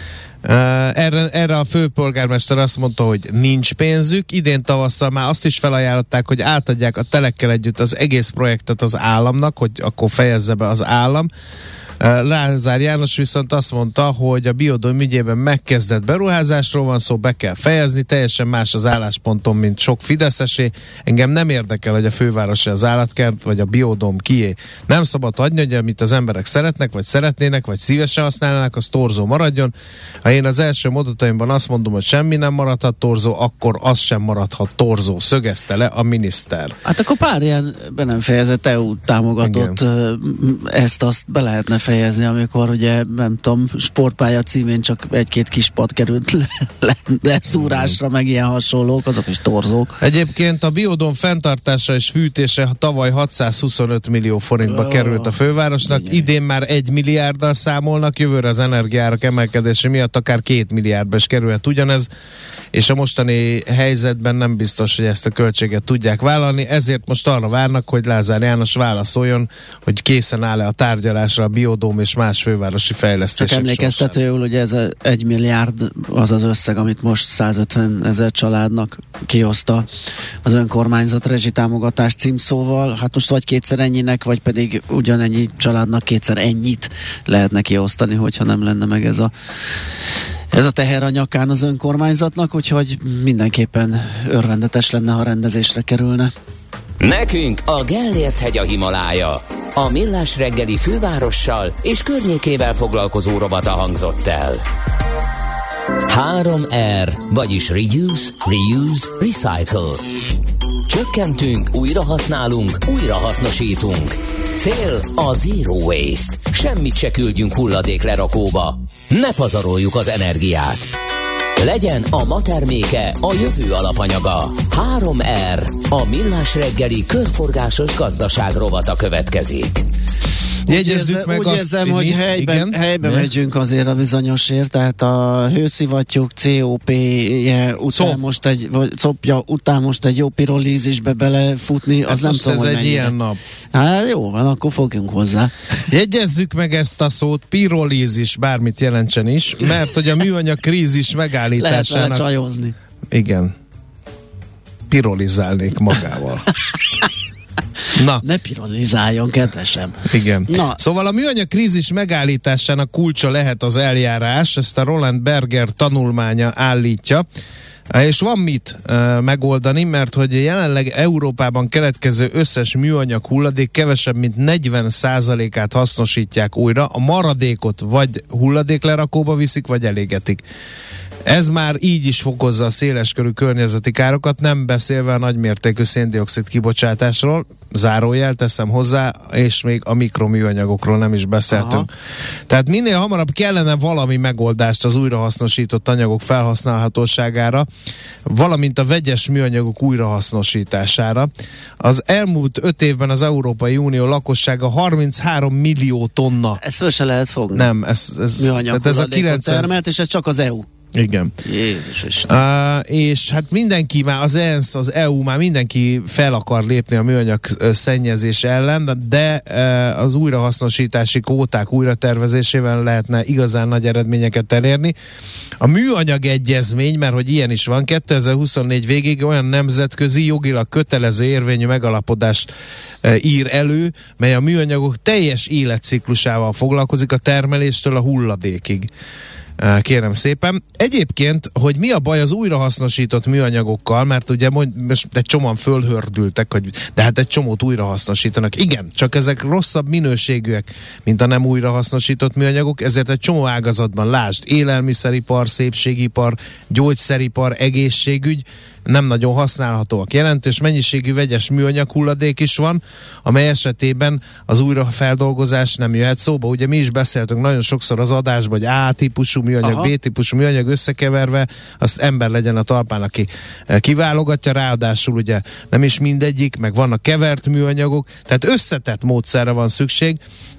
Erre a főpolgármester azt mondta, hogy nincs pénzük. Idén tavasszal már azt is felajánlották, hogy átadják a telekkel együtt az egész projektet az államnak, hogy akkor fejezze be az állam. Lázár János viszont azt mondta, hogy a biodóm ügyében megkezdett beruházásról van szó, be kell fejezni, teljesen más az álláspontom, mint sok fideszesé. Engem nem érdekel, hogy a fővárosi az állatkert, vagy a biodóm kié. Nem szabad hagyni, hogy amit az emberek szeretnek, vagy szeretnének, vagy szívesen használnának, az torzó maradjon. Ha én az első mondataimban azt mondom, hogy semmi nem maradhat torzó, akkor az sem maradhat torzó, szögezte le a miniszter. Hát akkor pár ilyen be nem fejezett EU támogatott ezt-azt be lehetne fejezni, amikor ugye, nem tudom, sportpálya címén csak 1-2 kis pad került leszúrásra, meg ilyen hasonlók, azok is torzók. Egyébként a biodóm fenntartása és fűtése tavaly 625 millió forintba került a fővárosnak, idén már 1 milliárddal számolnak, jövőre az energiárak emelkedése miatt akár 2 milliárdba is kerülhet ugyanez, és a mostani helyzetben nem biztos, hogy ezt a költséget tudják vállalni, ezért most arra várnak, hogy Lázár János válaszoljon, hogy készen áll-e a tárgyalásra a biodóm és más fővárosi fejlesztések. Csak emlékeztetőül, hogy ez 1 milliárd az az összeg, amit most 150 000 családnak kioszta az önkormányzat rezsitámogatás címszóval. Hát most vagy kétszer ennyinek, vagy pedig ugyanennyi családnak kétszer ennyit lehetne kiosztani, hogyha nem lenne meg ez a teher a nyakán az önkormányzatnak, úgyhogy mindenképpen örvendetes lenne, ha rendezésre kerülne. Nekünk a Gellért-hegy a Himalája. A Millás reggeli fővárossal és környékével foglalkozó rovata hangzott el. 3R, vagyis Reduce, Reuse, Recycle. Csökkentünk, újrahasználunk, újrahasznosítunk. Cél a Zero Waste. Semmit se küldjünk hulladéklerakóba. Ne pazaroljuk az energiát. Legyen a ma terméke a jövő alapanyaga. 3R, a Millás reggeli körforgásos gazdaság rovata következik. Jegyezzük meg úgy azt, érzem, hogy helyben megyünk azért a bizonyosért, tehát a hőszivattyúk COP-je után most egy, vagy COP-ja után most egy jó pirolízisbe belefutni, az nem tudom, ez hogy egy mennyire. ilyen nap. Hát jó van, akkor fogjunk hozzá. Jegyezzük meg ezt a szót, pirolízis, bármit jelentsen is, mert hogy a műanyag krízis megállításának... Lehet vele csajozni. Igen. Pirolizálnék magával. Na. Ne pirolizáljon, kedvesem. Igen. Na. Szóval a műanyag krízis megállításának kulcsa lehet az eljárás, ezt a Roland Berger tanulmánya állítja, és van mit megoldani, mert hogy jelenleg Európában keletkező összes műanyag hulladék kevesebb, mint 40%-át hasznosítják újra, a maradékot vagy hulladéklerakóba viszik, vagy elégetik. Ez már így is fokozza a széleskörű környezeti károkat, nem beszélve a nagymértékű széndioxid kibocsátásról, zárójel teszem hozzá, és még a mikroműanyagokról nem is beszéltünk. Aha. Tehát minél hamarabb kellene valami megoldást az újrahasznosított anyagok felhasználhatóságára, valamint a vegyes műanyagok újrahasznosítására. Az elmúlt 5 évben az Európai Unió lakossága 33 millió tonna. Ezt föl se lehet fogni. Nem, ez műanyag ez a 90 termelt, és ez csak az EU. Igen. Jézus Isten. És hát mindenki már, az ENSZ, az EU már mindenki fel akar lépni a műanyag szennyezés ellen, de az újrahasznosítási kvóták újratervezésével lehetne igazán nagy eredményeket elérni. A műanyag egyezmény, mert hogy ilyen is van, 2024 végéig olyan nemzetközi, jogilag kötelező érvényű megalapodást ír elő, mely a műanyagok teljes életciklusával foglalkozik, a termeléstől a hulladékig. Kérem szépen. Egyébként, hogy mi a baj az újrahasznosított műanyagokkal, mert ugye most egy csomóan fölhördültek, hogy de hát egy csomót újrahasznosítanak. Igen, csak ezek rosszabb minőségűek, mint a nem újrahasznosított műanyagok, ezért egy csomó ágazatban, lásd, élelmiszeripar, szépségipar, gyógyszeripar, egészségügy, nem nagyon használhatóak. Jelentős mennyiségű vegyes műanyag hulladék is van, amely esetében az újrafeldolgozás nem jöhet szóba. Ugye mi is beszéltünk nagyon sokszor az adásban, hogy A-típusú műanyag, aha, B-típusú műanyag összekeverve, azt ember legyen a talpán, aki kiválogatja, ráadásul ugye nem is mindegyik, meg vannak kevert műanyagok, tehát összetett módszerre van szükség,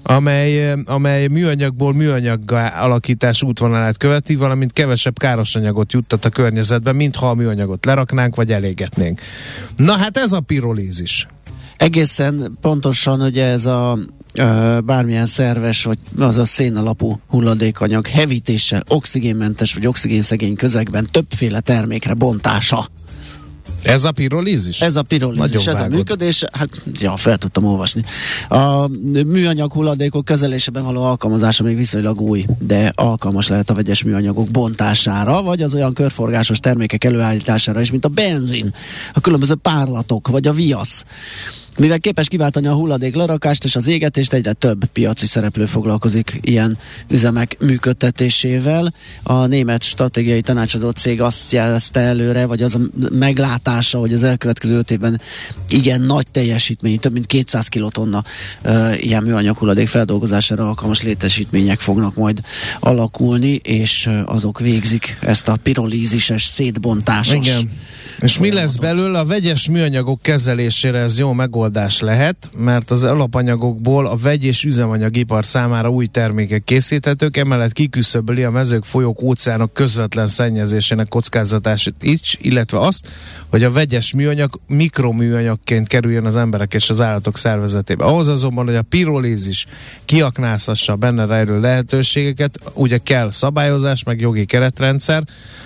amely műanyagból műanyaggá alakítás útvonalát követi, valamint kevesebb káros anyagot juttat a környezetbe, mintha a műanyagot leraknánk, vagy elégetnénk. Na hát ez a pirolízis. Egészen pontosan, hogy ez a bármilyen szerves, vagy az a szén alapú hulladékanyag hevítéssel, oxigénmentes vagy oxigénszegény közegben többféle termékre bontása. Ez a pirolízis? Ez a pirolízis, ez a működés, hát ja, fel tudtam olvasni. A műanyag hulladékok kezelésében való alkalmazása még viszonylag új, de alkalmas lehet a vegyes műanyagok bontására, vagy az olyan körforgásos termékek előállítására is, mint a benzin, a különböző párlatok, vagy a viasz. Mivel képes kiváltani a hulladék lerakást és az égetést, egyre több piaci szereplő foglalkozik ilyen üzemek működtetésével. A német stratégiai tanácsadó cég azt jelezte előre, vagy az a meglátása, hogy az elkövetkező 5 évben igen nagy teljesítmény, több mint 200 kilotonna ilyen műanyag hulladék feldolgozására alkalmas létesítmények fognak majd alakulni, és azok végzik ezt a pirolízises szétbontásos. Igen. És mi lesz belőle? A vegyes műanyagok kezelésére ez jó megoldás lehet, mert az alapanyagokból a vegy- és üzemanyagipar számára új termékek készíthetők, emellett kiküszöböli a mezők, folyók, óceánok közvetlen szennyezésének kockázatát is, illetve azt, hogy a vegyes műanyag mikroműanyagként kerüljön az emberek és az állatok szervezetébe. Ahhoz azonban, hogy a pirolízis kiaknázhassa benne rejlő lehetőségeket, ugye kell szabályozás, meg jogi keretrendszer.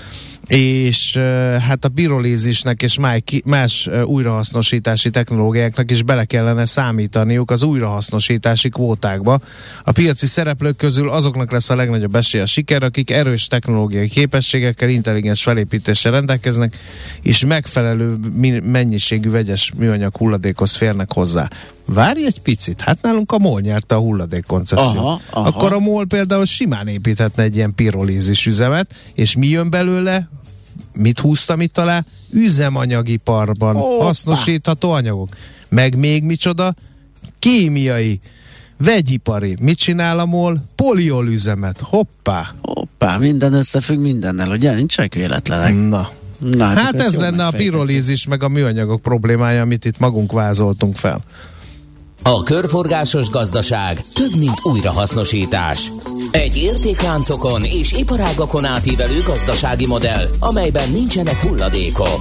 és hát a pirolízisnek és más újrahasznosítási technológiáknak is bele kellene számítaniuk az újrahasznosítási kvótákba. A piaci szereplők közül azoknak lesz a legnagyobb esélye a siker, akik erős technológiai képességekkel, intelligens felépítéssel rendelkeznek, és megfelelő mennyiségű vegyes műanyag hulladékhoz férnek hozzá. Várj egy picit, hát nálunk a MOL nyerte a hulladékkoncessziót. Akkor a MOL például simán építhetne egy ilyen pirolízis üzemet, és mi jön belőle? Mit húztam itt alá? Üzemanyagiparban hasznosítható anyagok. Meg még micsoda? Kémiai, vegyipari. Mit csinál a MOL? Poliol üzemet. Hoppá! Minden összefügg mindennel, ugye? Nincsenek véletlenek. Na hát ez lenne a pirolízis meg a műanyagok problémája, amit itt magunk vázoltunk fel. A körforgásos gazdaság több, mint újrahasznosítás. Egy értékláncokon és iparágakon átívelő gazdasági modell, amelyben nincsenek hulladékok.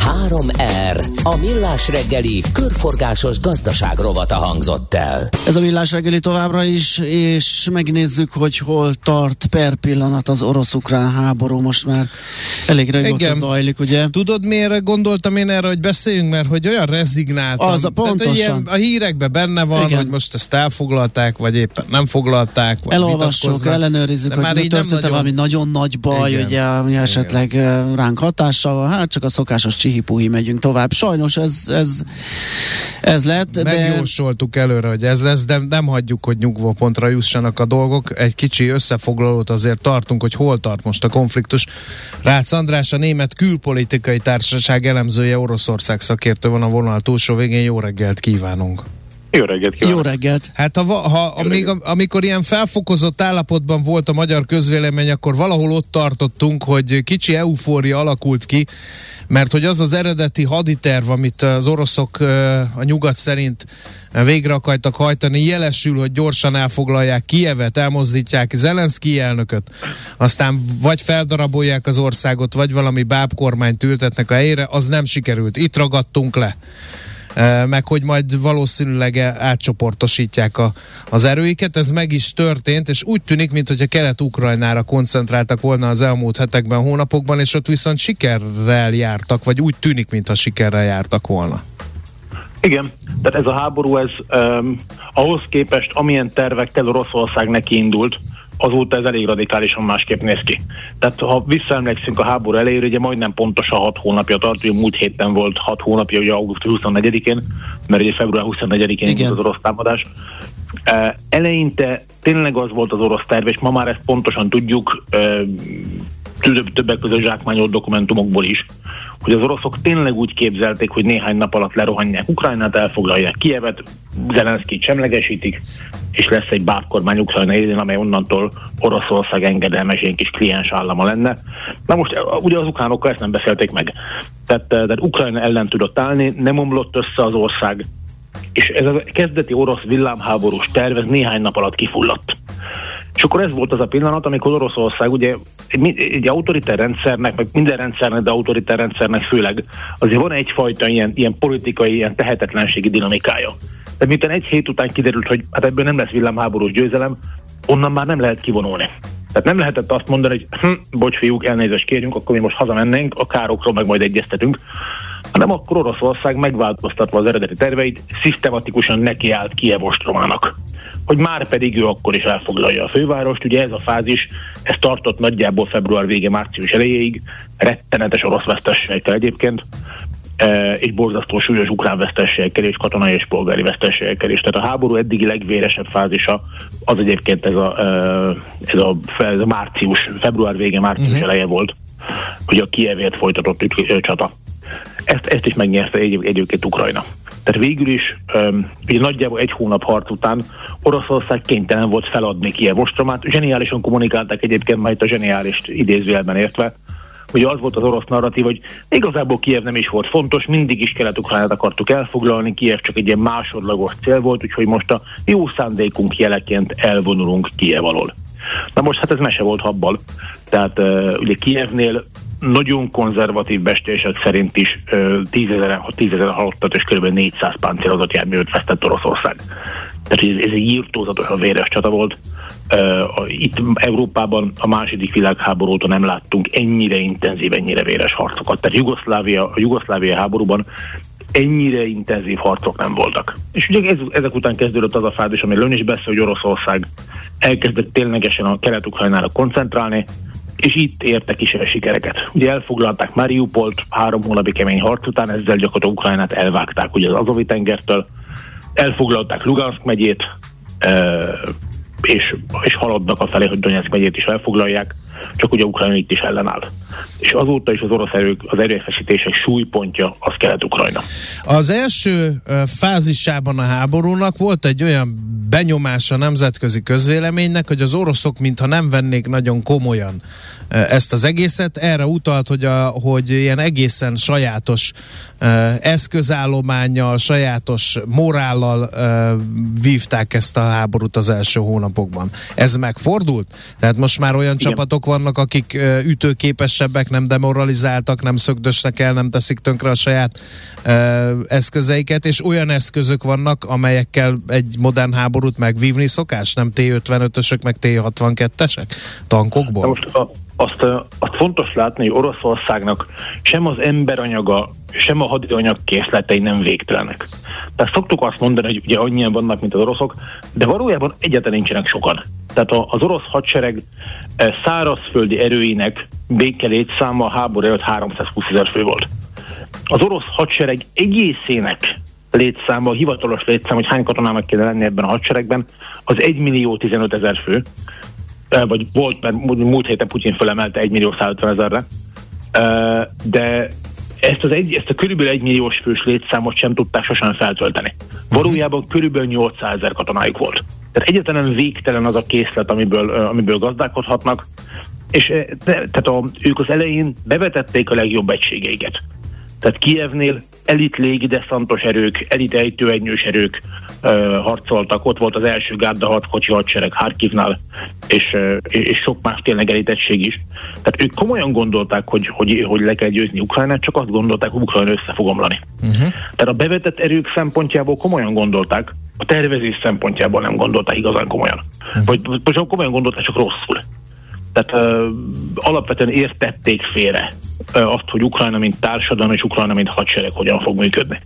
3R, a Millás reggeli körforgásos gazdaság rovata hangzott el. Ez a Millás reggeli továbbra is, és megnézzük, hogy hol tart per pillanat az orosz-ukrán háború. Most már elég régóta zajlik, ugye? Tudod, miért gondoltam én erre, hogy beszéljünk? Mert hogy olyan rezignáltam. Pontosan. Tehát, a hírekben benne van, hogy most ezt elfoglalták, vagy éppen nem foglalták, vagy elolvassuk, ellenőrizzük, hogy mi történt-e valami nagyon nagy baj, ugye, ami esetleg ránk hatással van. Hát csak a szokásos csihipuhi megyünk tovább. Sajnos ez lett. Megjósoltuk előre, hogy ez lesz, de nem hagyjuk, hogy nyugvópontra jussanak a dolgok. Egy kicsi összefoglalót azért tartunk, hogy hol tart most a konfliktus. Rácz András, a Német Külpolitikai Társaság elemzője, Oroszország szakértő van a vonal túlsó végén. Jó reggelt kívánunk! Jó reggelt kívánok! Jó reggelt! Hát amikor ilyen felfokozott állapotban volt a magyar közvélemény, akkor valahol ott tartottunk, hogy kicsi eufória alakult ki, mert hogy az eredeti haditerv, amit az oroszok a nyugat szerint végre akartak hajtani, jelesül, hogy gyorsan elfoglalják Kijevet, elmozdítják Zelenszkij elnököt, aztán vagy feldarabolják az országot, vagy valami bábkormányt ültetnek a helyére, az nem sikerült. Itt ragadtunk le. Meg hogy majd valószínűleg átcsoportosítják az erőiket, ez meg is történt, és úgy tűnik, mintha Kelet-Ukrajnára koncentráltak volna az elmúlt hetekben, hónapokban, és ott viszont sikerrel jártak, vagy úgy tűnik, mintha sikerrel jártak volna. Igen, tehát ez a háború, ahhoz képest, amilyen tervekkel Oroszország neki indult, azóta ez elég radikálisan másképp néz ki. Tehát ha visszaemlékszünk a háború elejére, ugye majdnem pontosan 6 hónapja tart, ugye múlt héten volt 6 hónapja, ugye augusztus 24-én, mert ugye február 24-én volt az orosz támadás. Eleinte tényleg az volt az orosz terv, és ma már ezt pontosan tudjuk, többek között zsákmányolt dokumentumokból is, hogy az oroszok tényleg úgy képzelték, hogy néhány nap alatt lerohanják Ukrajnát, elfoglalják Kijevet, Zelenszkijt semlegesítik, és lesz egy bábkormány Ukrajna élén, amely onnantól Oroszország engedelmes ilyen kis kliens állama lenne. Na most ugye az ukránokkal ezt nem beszélték meg. Tehát Ukrajna ellen tudott állni, nem omlott össze az ország, és ez a kezdeti orosz villámháborús terv, ez néhány nap alatt kifulladt. És akkor ez volt az a pillanat, amikor Oroszország ugye egy autoritár rendszernek, meg minden rendszernek, de autoritár rendszernek főleg, azért van egyfajta ilyen politikai, ilyen tehetetlenségi dinamikája. De miután egy hét után kiderült, hogy hát ebből nem lesz villámháborús győzelem, onnan már nem lehet kivonulni. Tehát nem lehetett azt mondani, hogy bocs fiúk, elnézést kérjünk, akkor mi most hazamennénk, a károkról meg majd egyeztetünk, hanem akkor Oroszország megváltoztatva az eredeti terveit, szisztematikusan nekiállt Kijev ostromának. Hogy már pedig ő akkor is elfoglalja a fővárost. Ugye ez a fázis, ez tartott nagyjából február vége, március elejéig, rettenetes orosz veszteségekkel egyébként, és borzasztó súlyos ukrán veszteségekkel és katonai és polgári veszteségekkel is. Tehát a háború eddigi legvéresebb fázisa az egyébként ez a március, február vége, március eleje volt, hogy a Kijevért folytatott csata. Ezt is megnyerte egyébként Ukrajna. Tehát végül is ugye nagyjából egy hónap harc után Oroszország kénytelen volt feladni Kijev ostromát. Zseniálisan kommunikálták egyébként, majd a zseniálist idézőjelben értve. Ugye az volt az orosz narratív, hogy igazából Kijev nem is volt fontos, mindig is Kelet-Ukrajnát akartuk elfoglalni, Kijev csak egy ilyen másodlagos cél volt, úgyhogy most a jó szándékunk jeleként elvonulunk Kijev alól. Na most hát ez mese volt habbal. Tehát ugye Kijevnél nagyon konzervatív becslések szerint is 10.000 halottat és kb. 400 páncélozott járművet vesztett Oroszország. Tehát ez egy írtózatosan véres csata volt. itt Európában a második világháború óta nem láttunk ennyire intenzív, ennyire véres harcokat. Tehát a Jugoszlávia háborúban ennyire intenzív harcok nem voltak. És ugye ezek után kezdődött az a fázis, amiről ön is beszél, hogy Oroszország elkezdett ténylegesen a Kelet-Ukrajnára koncentrálni, és itt értek is el sikereket. Ugye elfoglalták Mariupolt 3 hónapi kemény harc után, ezzel gyakorlatilag Ukrajnát elvágták ugye az Azovi-tengertől, elfoglalták Luganszk megyét, és haladnak a felé, hogy Donetszk megyét is elfoglalják, csak ugye Ukrajna itt is ellenáll. És azóta is az orosz erők, az erőfeszítések súlypontja az Kelet-Ukrajna. Az első fázisában a háborúnak volt egy olyan benyomása a nemzetközi közvéleménynek, hogy az oroszok mintha nem vennék nagyon komolyan ezt az egészet. Erre utalt, hogy ilyen egészen sajátos eszközállománnyal, sajátos morállal vívták ezt a háborút az első hónapokban. Ez megfordult? Tehát most már olyan csapatok vannak, akik ütőképesebbek, nem demoralizáltak, nem szögdösnek el, nem teszik tönkre a saját eszközeiket, és olyan eszközök vannak, amelyekkel egy modern háborút megvívni szokás? Nem T-55-ösök, meg T-62-esek tankokból? Most azt fontos látni, hogy Oroszországnak sem az emberanyaga, sem a hadanyag készletei nem végtelenek. Tehát szoktuk azt mondani, hogy ugye annyian vannak, mint az oroszok, de valójában egyáltalán nincsenek sokan. Tehát az orosz hadsereg szárazföldi erőinek békelétszáma a háború előtt 320 000 fő volt. Az orosz hadsereg egészének létszáma, a hivatalos létszám, hogy hány katonának kéne lenni ebben a hadseregben, az 1.015.000 fő, vagy volt, mert múlt héten Putyin fölemelte 1.150.000-re, de ezt a körülbelül 1 milliós fős létszámot sem tudták sosem feltölteni. Valójában körülbelül 800.000 katonájuk volt. Tehát egyáltalán végtelen az a készlet, amiből gazdálkodhatnak, és ők az elején bevetették a legjobb egységeiket. Tehát Kijevnél elit légideszantos erők, elit ejtőernyős erők harcoltak, ott volt az első gárda harckocsi hadsereg Harkivnál, és sok más tényleg elit egység is. Tehát ők komolyan gondolták, hogy le kell győzni Ukrajnát, csak azt gondolták, hogy Ukrajna össze fog omlani. Tehát a bevetett erők szempontjából komolyan gondolták, a tervezés szempontjából nem gondolták igazán komolyan. Vagy komolyan gondolták, csak rosszul. Tehát alapvetően értették félre azt, hogy Ukrajna mint társadalom és Ukrajna mint hadsereg hogyan fog működni.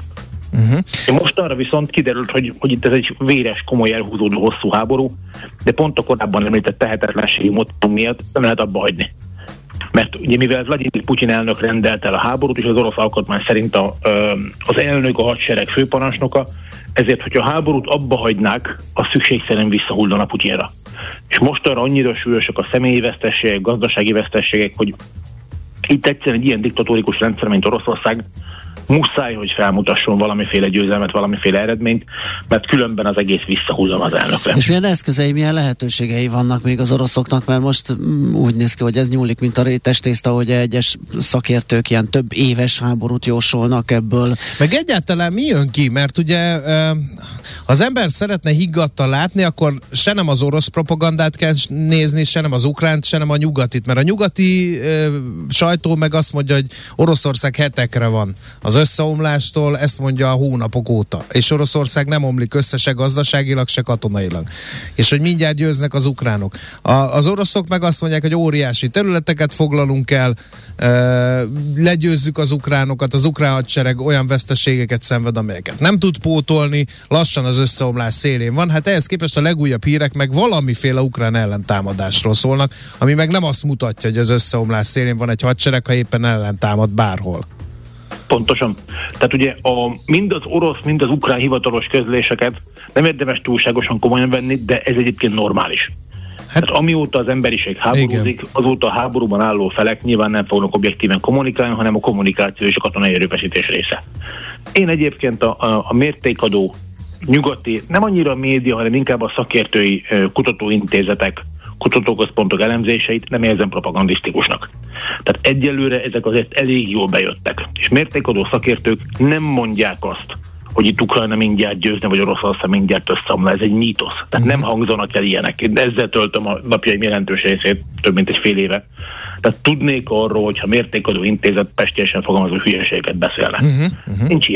Mostanra viszont kiderült, hogy itt ez egy véres, komoly, elhúzódó, hosszú háború, de pont a korábban említett tehetetlenségi motivum miatt nem lehet abba hagyni. Mert ugye mivel Vladimir Putyin elnök rendelt el a háborút, és az orosz alkotmány szerint az elnök a hadsereg főparancsnoka, ezért, hogyha a háborút abba hagynák, az szükségszerűen visszahullana Putyinra. És mostanra annyira súlyosak a személyi veszteségek, gazdasági veszteségek, hogy itt egyszerűen egy ilyen diktatórikus rendszer, mint Oroszország, muszáj, hogy felmutasson valamiféle győzelmet, valamiféle eredményt, mert különben az egész visszahullana az elnökre. És milyen eszközei, milyen lehetőségei vannak még az oroszoknak, mert most úgy néz ki, hogy ez nyúlik, mint a rétes tészta, hogy egyes szakértők ilyen több éves háborút jósolnak ebből. Meg egyáltalán mi jön ki? Mert ugye az ember szeretne higgadtan látni, akkor se nem az orosz propagandát kell nézni, se nem az ukránt, se nem a nyugatit, mert a nyugati sajtó meg azt mondja, hogy Oroszország hetekre van az összeomlástól, ezt mondja a hónapok óta. És Oroszország nem omlik össze se gazdaságilag, se katonailag. És hogy mindjárt győznek az ukránok. Az oroszok meg azt mondják, hogy óriási területeket foglalunk el, legyőzzük az ukránokat, az ukrán hadsereg olyan veszteségeket szenved, amelyeket nem tud pótolni, lassan az összeomlás szélén van. Hát ehhez képest a legújabb hírek meg valamiféle ukrán ellentámadásról szólnak, ami meg nem azt mutatja, hogy az összeomlás szélén van egy hadsereg, ha éppen ellentámad bárhol. Pontosan. Tehát ugye mind az orosz, mind az ukrán hivatalos közléseket nem érdemes túlságosan komolyan venni, de ez egyébként normális. Hát amióta az emberiség háborúzik, azóta a háborúban álló felek nyilván nem fognak objektíven kommunikálni, hanem a kommunikáció és a katonai erőfeszítés része. Én egyébként a mértékadó nyugati, nem annyira a média, hanem inkább a szakértői kutatóintézetek, kutatóközpontok elemzéseit nem érzem propagandisztikusnak. Tehát egyelőre ezek azért elég jól bejöttek. És mértékadó szakértők nem mondják azt, hogy itt Ukrajna mindjárt győzne, vagy Oroszország mindjárt összeomlana. Ez egy mítosz. Tehát nem hangzanak el ilyenek. Én ezzel töltöm a napjaim jelentős részét, több mint egy fél éve. Tehát tudnék arról, hogyha mértékadó intézet pestélyesen fogalmazó hülyeséget beszélne. Nincs ilyen.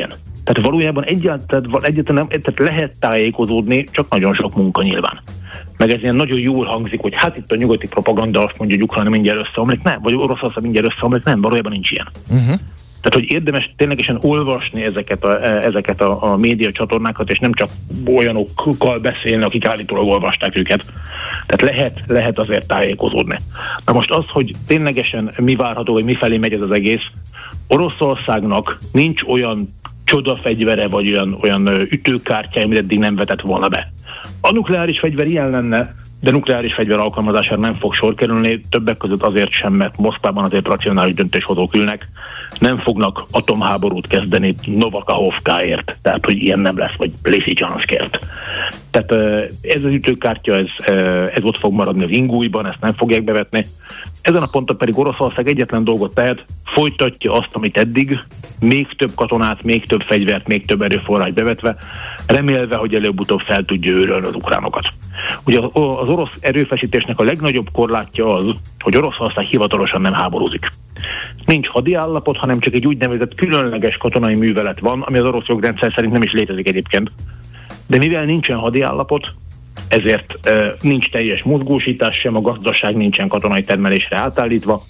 Tehát valójában egyáltalán tehát lehet tájékozódni, csak nagyon sok munka nyilván. Meg ez ilyen nagyon jól hangzik, hogy hát itt a nyugati propaganda azt mondja, hogy Ukrajna mindjárt összeomlik, nem, vagy Oroszország mindjárt összeomlik, nem, valójában nincs ilyen. Tehát, hogy érdemes ténylegesen olvasni ezeket a média csatornákat, és nem csak olyanokkal beszélni, akik állítólag olvasták őket. Tehát lehet azért tájékozódni. Na most az, hogy ténylegesen mi várható, hogy mifelé megy ez az egész, Oroszországnak nincs olyan csodafegyvere, vagy olyan ütőkártyája, amit eddig nem vetett volna be. A nukleáris fegyver ilyen lenne, de nukleáris fegyver alkalmazására nem fog sor kerülni, többek között azért sem, mert Moszkvában azért racionális döntéshozók ülnek, nem fognak atomháborút kezdeni Novakahovkáért, tehát hogy ilyen nem lesz, vagy Lisicsánszkért. Tehát ez az ütőkártya, ez ott fog maradni az Ingújban, ezt nem fogják bevetni. Ezen a ponton pedig Oroszország egyetlen dolgot tehet, folytatja azt, amit eddig, még több katonát, még több fegyvert, még több erőforrás bevetve, remélve, hogy előbb-utóbb fel tudja őrölni az ukránokat. Ugye az orosz erőfeszítésnek a legnagyobb korlátja az, hogy Oroszország hivatalosan nem háborúzik. Nincs hadiállapot, hanem csak egy úgynevezett különleges katonai művelet van, ami az orosz jogrendszer szerint nem is létezik egyébként. De mivel nincsen hadiállapot, ezért nincs teljes mozgósítás sem, a gazdaság nincsen katonai termelésre átállítva.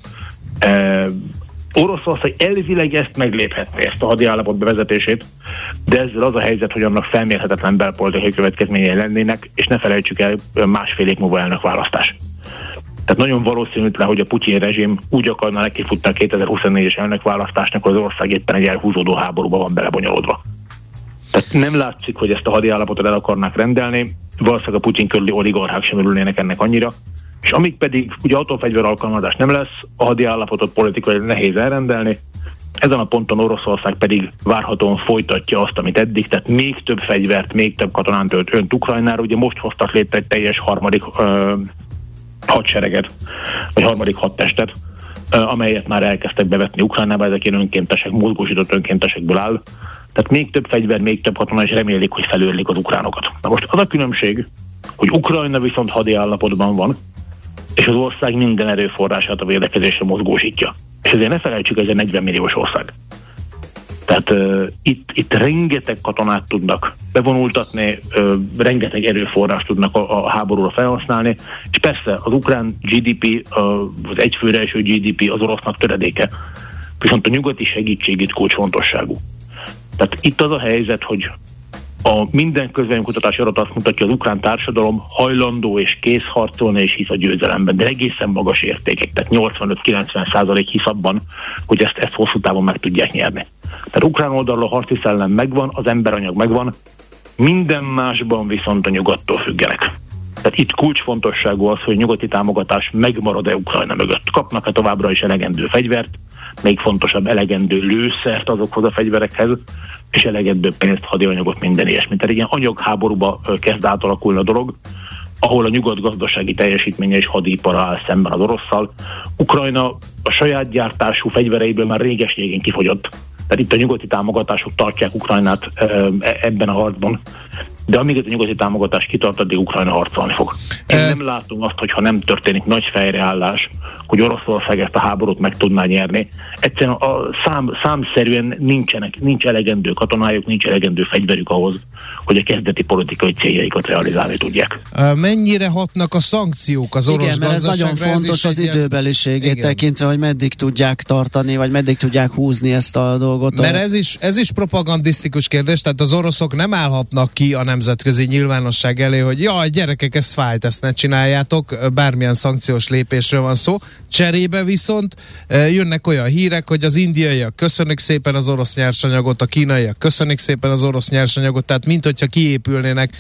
Oroszország elvileg ezt megléphetné, ezt a hadiállapot bevezetését, de ezzel az a helyzet, hogy annak felmérhetetlen belpolitikai következményei lennének, és ne felejtsük el, másfél év múlva elnökválasztás. Tehát nagyon valószínűtlen, hogy a Putyin rezsim úgy akarna nekifutni a 2024-es elnökválasztásnak, hogy az ország éppen egy elhúzódó háborúba van belebonyolódva. Tehát nem látszik, hogy ezt a hadiállapotot el akarnák rendelni, valószínűleg a Putyin körüli oligarchák sem örülnének ennek annyira, és amíg pedig ugye atomfegyver alkalmazás nem lesz, a hadiállapotot politikai nehéz elrendelni, ezen a ponton Oroszország pedig várhatóan folytatja azt, amit eddig, tehát még több fegyvert, még több katonát önt Ukrajnára, ugye most hoztak létre egy teljes harmadik hadsereget, vagy harmadik hadtestet, amelyet már elkezdtek bevetni Ukrajnába, ezek ilyen önkéntesek, mozgósított önkéntesekből áll. Tehát még több fegyver, még több katona, és remélik, hogy felőrlik az ukránokat. Na most az a különbség, hogy Ukrajna viszont hadiállapotban van, és az ország minden erőforrását a védekezésre mozgósítja. És ezért ne felejtsük, ez egy 40 milliós ország. Tehát itt rengeteg katonát tudnak bevonultatni, rengeteg erőforrást tudnak a háborúra felhasználni, és persze az ukrán GDP, az egyfőre eső GDP az orosznak töredéke, viszont a nyugati segítség itt kulcsfontosságú. Tehát itt az a helyzet, hogy a minden közvéleménykutatási adat azt mutatja, hogy az ukrán társadalom hajlandó és kész harcolni és hisz a győzelemben, de egészen magas értékek, tehát 85-90% hisz abban, hogy ezt hosszú távon meg tudják nyerni. Tehát ukrán oldalról a harci szellem megvan, az emberanyag megvan, minden másban viszont a nyugattól függenek. Tehát itt kulcsfontosságú az, hogy nyugati támogatás megmarad-e Ukrajna mögött. Kapnak-e továbbra is elegendő fegyvert, még fontosabb elegendő lőszert azokhoz a fegyverekhez, és elegendő pénzt, hadianyagot, minden ilyesmi. Tehát ilyen anyagháborúba kezd átalakulni a dolog, ahol a nyugat gazdasági teljesítménye és hadipara áll szemben az orosszal. Ukrajna a saját gyártású fegyvereiből már réges-régén kifogyott. Tehát itt a nyugati támogatások tartják Ukrajnát ebben a harcban. De amíg ez a nyugati támogatás kitart, addig Ukrajna harcolni fog. Én nem látom azt, hogyha nem történik nagy fejreállás, hogy Oroszország ezt a háborút meg tudná nyerni. Egyszerűen számszerűen nincs elegendő katonájuk, nincs elegendő fegyverük ahhoz, hogy a kezdeti politikai céljaikat realizálni tudják. Mennyire hatnak a szankciók az orosz gazdaságra? Igen, mert ez nagyon fontos az időbeliségét tekintve, hogy meddig tudják tartani, vagy meddig tudják húzni ezt a dolgot. Mert ez is propagandisztikus kérdés, tehát az oroszok nem állhatnak ki a nemzetközi nyilvánosság elé, hogy jaj, gyerekek, ez fájt, ezt ne csináljátok, bármilyen szankciós lépésről van szó. Cserébe viszont jönnek olyan hírek, hogy az indiaiak köszönik szépen az orosz nyersanyagot, a kínaiak köszönik szépen az orosz nyersanyagot, tehát mint hogyha kiépülnének,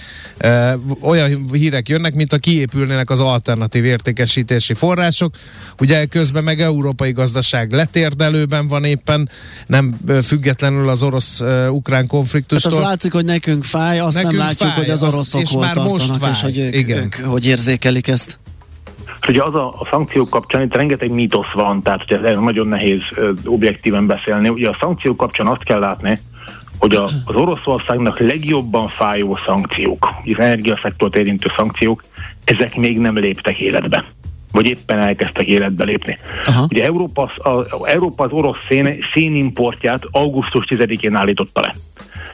olyan hírek jönnek, mint ha kiépülnének az alternatív értékesítési források. Ugye közben meg európai gazdaság letérdelőben van éppen, nem függetlenül az orosz-ukrán konfliktustól. Hát az látszik, hogy nekünk fáj, azt nekünk nem látjuk, fáj, hogy az oroszok és már most fáj. És hogy ők hogy érzékelik ezt. Ugye az a szankciók kapcsán itt rengeteg mítosz van, tehát ugye ez nagyon nehéz objektíven beszélni. Ugye a szankciók kapcsán azt kell látni, hogy az Oroszországnak legjobban fájó szankciók, az energiaszektort érintő szankciók, ezek még nem léptek életbe, vagy éppen elkezdtek életbe lépni. Aha. Ugye Európa az orosz szénimportját augusztus 10-én állította le.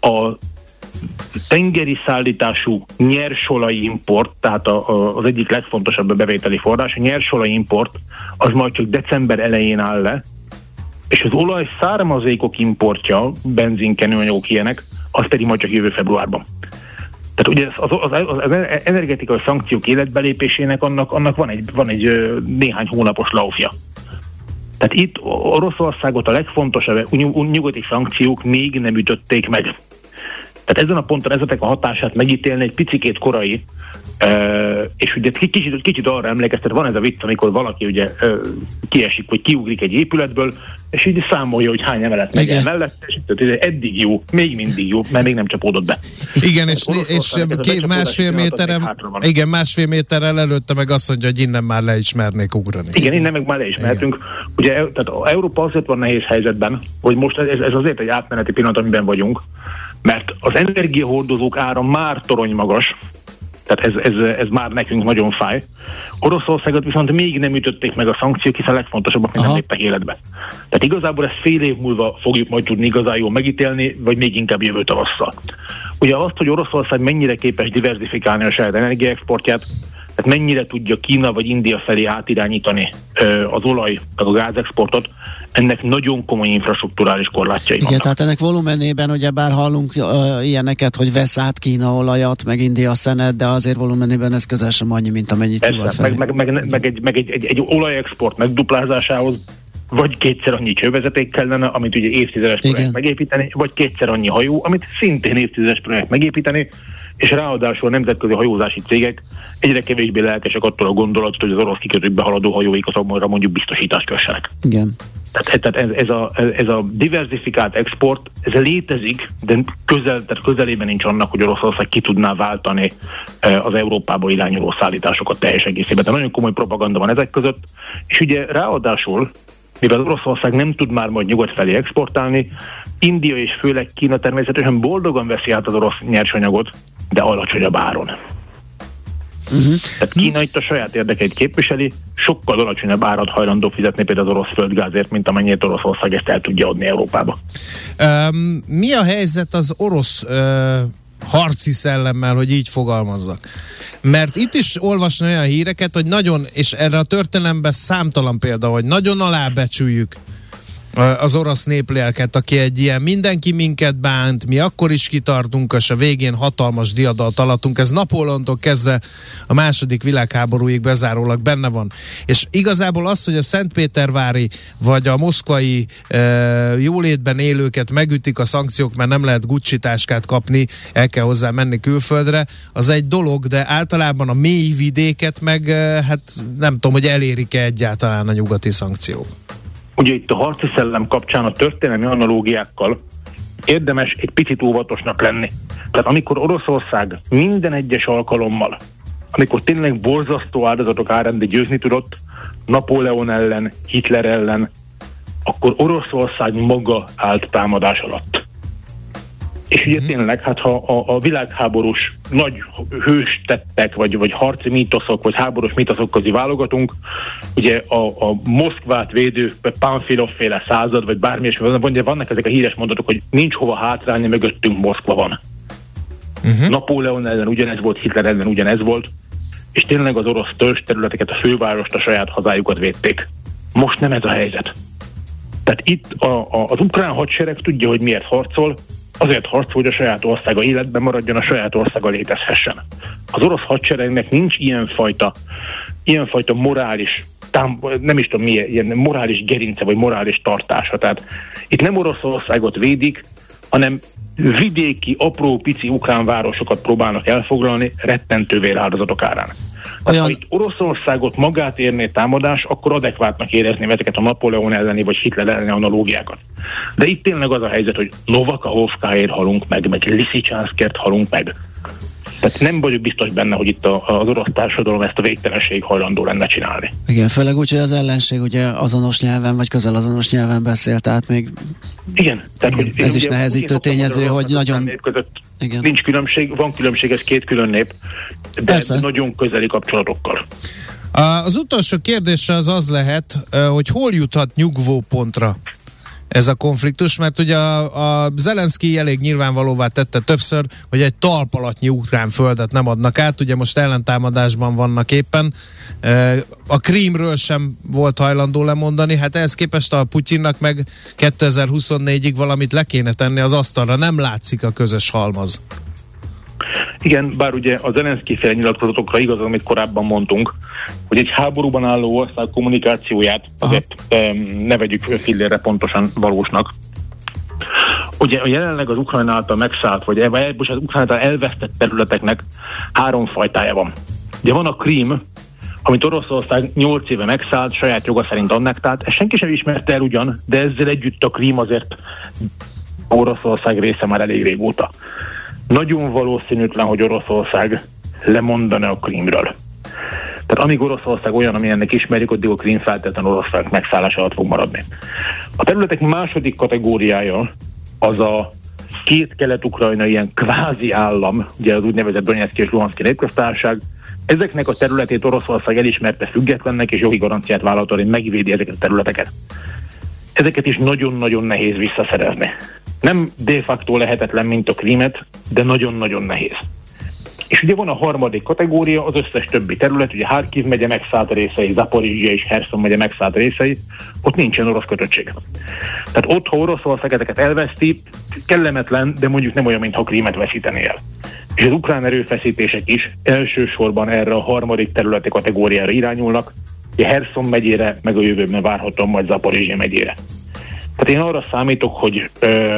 a tengeri szállítású nyersolaj import, tehát az egyik legfontosabb bevételi forrás, a nyersolaj import, az majd csak december elején áll le, és az olaj származékok importja, benzin, kenőanyagok ilyenek, az pedig majd csak jövő februárban. Tehát ugye az energetikai szankciók életbelépésének annak van egy néhány hónapos laufja. Tehát itt Oroszországot a legfontosabb nyugati szankciók még nem ütötték meg. Tehát ezen a ponton ezeknek a hatását megítélni egy picikét korai, és ugye kicsit arra emlékeztet, van ez a vicc, amikor valaki ugye kiesik, vagy kiugrik egy épületből, és így számolja, hogy hány emelet megy el mellett, és eddig jó, még mindig jó, mert még nem csapódott be. Igen, és másfél méterrel előtte meg azt mondja, hogy innen már le is mernék ugrani. Igen, innen meg már le is mehetünk. Ugye, tehát Európa azért van nehéz helyzetben, hogy most ez azért egy átmeneti pillanat, amiben vagyunk, mert az energiahordozók ára már torony magas, tehát ez már nekünk nagyon fáj. Oroszországot viszont még nem ütötték meg a szankciók, hiszen a legfontosabbak még nem léptek életbe. Tehát igazából ezt fél év múlva fogjuk majd tudni igazán jól megítélni, vagy még inkább jövő tavasszal. Ugye azt, hogy Oroszország mennyire képes diversifikálni a saját energiaexportját, tehát mennyire tudja Kína vagy India felé átirányítani az olaj, meg a gázexportot, ennek nagyon komoly infrastrukturális korlátjai vannak. Igen, tehát ennek volumenében ugye bár hallunk ilyeneket, hogy vesz át Kína olajat, meg India szenet, de azért volumenében ez közel sem annyi, mint amennyit nyugat felé. Meg egy olajexport megduplázásához vagy kétszer annyi csővezeték kellene, amit ugye évtizedes projekt megépíteni, vagy kétszer annyi hajó, amit szintén évtizedes projekt megépíteni, és ráadásul a nemzetközi hajózási cégek egyre kevésbé lelkesek attól a gondolatot, hogy az orosz kikötőkbe haladó hajóikat mondjuk biztosítást kössenek. Igen. Tehát ez a diversifikált export, ez létezik, de közelében nincs annak, hogy Oroszország ki tudná váltani az Európába irányuló szállításokat teljes egészében. De nagyon komoly propaganda van ezek között, és ugye ráadásul, mivel Oroszország nem tud már majd nyugat felé exportálni, India és főleg Kína természetesen boldogan veszi át az orosz nyersanyagot, de alacsonyabb áron. Tehát Kína itt a saját érdekeit képviseli, sokkal alacsonyabb árat hajlandó fizetni például az orosz földgázért, mint amennyit Oroszország ezt el tudja adni Európába. Mi a helyzet az orosz harci szellemmel, hogy így fogalmazzak? Mert itt is olvasni olyan híreket, hogy nagyon, és erre a történelemben számtalan példa, hogy nagyon alábecsüljük az orosz néplélket, aki egy ilyen mindenki minket bánt, mi akkor is kitartunk, és a végén hatalmas diadalt alattunk. Ez Napóleontól kezdve a második világháborúig bezárólag benne van. És igazából az, hogy a szentpétervári vagy a moszkvai jólétben élőket megütik a szankciók, mert nem lehet Gucci táskát kapni, el kell hozzá menni külföldre, az egy dolog, de általában a mély vidéket meg hát nem tudom, hogy elérik-e egyáltalán a nyugati szankciók. Ugye itt a harci szellem kapcsán a történelmi analógiákkal érdemes egy picit óvatosnak lenni. Tehát amikor Oroszország minden egyes alkalommal, amikor tényleg borzasztó áldozatok árán győzni tudott, Napóleon ellen, Hitler ellen, akkor Oroszország maga állt támadás alatt. És ugye tényleg, hát ha a világháborús nagy hős tettek, vagy harci mítoszok, vagy háborús mítoszok közé válogatunk, ugye a Moszkvát védő Pánfilov-féle század, vagy bármi is, vannak ezek a híres mondatok, hogy nincs hova hátrálni, mögöttünk Moszkva van. Napóleon ellen ugyanez volt, Hitler ellen ugyanez volt, és tényleg az orosz törzs területeket, a fővárost, a saját hazájukat védték. Most nem ez a helyzet. Tehát itt az ukrán hadsereg tudja, hogy miért harcol, azért harcol, hogy a saját országa életben maradjon, a saját országa létezhessen. Az orosz hadseregnek nincs ilyenfajta morális, nem is tudom milyen, ilyen morális gerince, vagy morális tartása. Tehát itt nem Oroszországot védik, hanem vidéki, apró, pici ukrán városokat próbálnak elfoglalni rettentő véráldozatok árán. Ha itt Oroszországot magát érné támadás, akkor adekvátnak érezném ezeket a Napóleon elleni vagy Hitler elleni analógiákat. De itt tényleg az a helyzet, hogy Novakahovkáért halunk meg Lisicsánszkért halunk meg. Tehát nem vagyok biztos benne, hogy itt az orosz társadalom ezt a végtelenség hajlandó lenne csinálni. Igen, főleg úgy, hogy az ellenség ugye azonos nyelven, vagy közel azonos nyelven beszél, tehát még igen, tehát, hogy ez is nehezítő tényező, hogy nagyon... Nép között nincs különbség, van különbség, ez két külön nép, de persze, nagyon közeli kapcsolatokkal. Az utolsó kérdése az lehet, hogy hol juthat nyugvópontra ez a konfliktus, mert ugye a Zelenszkij elég nyilvánvalóvá tette többször, hogy egy talpalatnyi ukrán földet nem adnak át, ugye most ellentámadásban vannak éppen. A Krímről sem volt hajlandó lemondani, hát ehhez képest a Putyinnak meg 2024-ig valamit le kéne tenni az asztalra, nem látszik a közös halmaz. Igen, bár ugye a Zelenszkij féle nyilatkozatokra igaz, amit korábban mondtunk, hogy egy háborúban álló ország kommunikációját azért ne vegyük fillérre pontosan valósnak. Ugye jelenleg az Ukrajna által megszállt, vagy az Ukrajna által elvesztett területeknek 3 fajtája van. Ugye van a Krím, amit Oroszország 8 éve megszállt, saját joga szerint annektált. Ezt senki sem ismerte el ugyan, de ezzel együtt a Krím azért Oroszország része már elég régóta. Nagyon valószínűtlen, hogy Oroszország lemondana a Krímről. Tehát amíg Oroszország olyan, amilyennek ismerjük, addig a Krím feltétlenül Oroszország megszállása alatt fog maradni. A területek második kategóriája az a 2 kelet-ukrajnai ilyen kvázi állam, ugye az úgynevezett Donetszki és Luhanszki népköztársaság. Ezeknek a területét Oroszország elismerte függetlennek, és jogi garanciát vállalt, hogy megvédi ezeket a területeket. Ezeket is nagyon-nagyon nehéz visszaszerezni. Nem de facto lehetetlen, mint a Krímet, de nagyon-nagyon nehéz. És ugye van a harmadik kategória, az összes többi terület, ugye Harkiv megye megszállt részei, Zaporizsja és Herszon megye megszállt részei, ott nincsen orosz kötöttség. Tehát ott, ha Oroszország ezeket elveszti, kellemetlen, de mondjuk nem olyan, mintha Krímet veszíteni el. És az ukrán erőfeszítések is elsősorban erre a harmadik területi kategóriára irányulnak, ugye Herszon megyére, meg a jövőben várhatóan majd Zaporizsja megyére. Tehát én arra számítok, hogy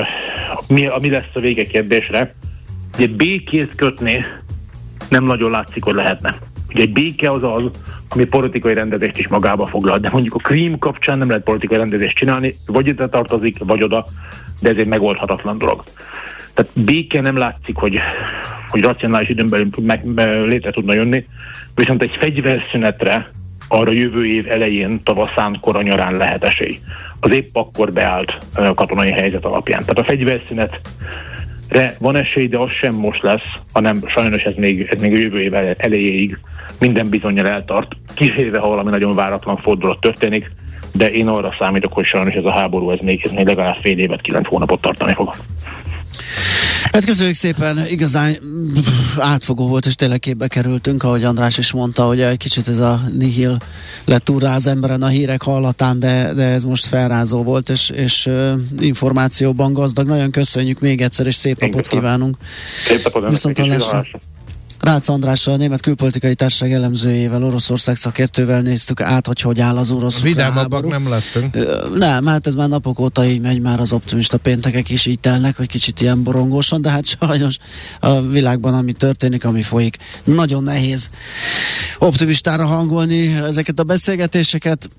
mi lesz a vége kérdésre, ugye békét kötni nem nagyon látszik, hogy lehetne. Ugye egy béke az, ami politikai rendezést is magába foglal, de mondjuk a Krím kapcsán nem lehet politikai rendezést csinálni, vagy ide tartozik, vagy oda, de ez egy megoldhatatlan dolog. Tehát béke nem látszik, hogy racionális időn belül létre tudna jönni, viszont egy fegyverszünetre arra jövő év elején, tavaszán, kora nyarán lehet esély. Az épp akkor beállt katonai helyzet alapján. Tehát a fegyverszünetre van esély, de az sem most lesz, hanem sajnos ez még a jövő év elejéig minden bizonnyal eltart, kivéve, ha valami nagyon váratlan fordulat történik, de én arra számítok, hogy sajnos ez a háború ez még legalább fél évet, 9 hónapot tartani fog. Hát köszönjük szépen, igazán átfogó volt, és tényleg képbe kerültünk, ahogy András is mondta, hogy egy kicsit ez a nihil lett úrrá az emberen a hírek hallatán, de ez most felrázó volt, és információban gazdag. Nagyon köszönjük még egyszer, és szép napot kívánunk. Szép napot, viszontlátásra. Rácz Andrással, a Német Külpolitikai Társaság elemzőjével, Oroszország szakértővel néztük át, hogy áll az orosz-ukrán háború. Nem lettünk. Nem, hát ez már napok óta így megy, már az optimista péntekek is így telnek, hogy kicsit ilyen borongósan, de hát sajnos a világban, ami történik, ami folyik, nagyon nehéz optimistára hangolni ezeket a beszélgetéseket,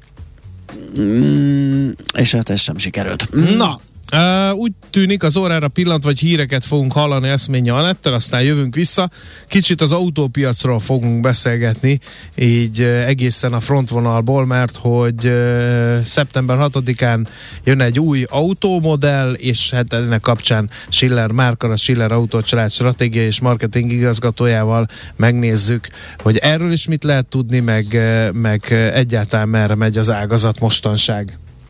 és hát ez sem sikerült. Na! Úgy tűnik, az órára pillant, vagy híreket fogunk hallani Eszményi Anettel, aztán jövünk vissza. Kicsit az autópiacról fogunk beszélgetni, így egészen a frontvonalból, mert hogy szeptember 6-án jön egy új autómodell, és hát ennek kapcsán Schiller Márkal, a Schiller Autócsalád stratégiai és marketing igazgatójával megnézzük, hogy erről is mit lehet tudni, meg egyáltalán merre megy az ágazat mostanság.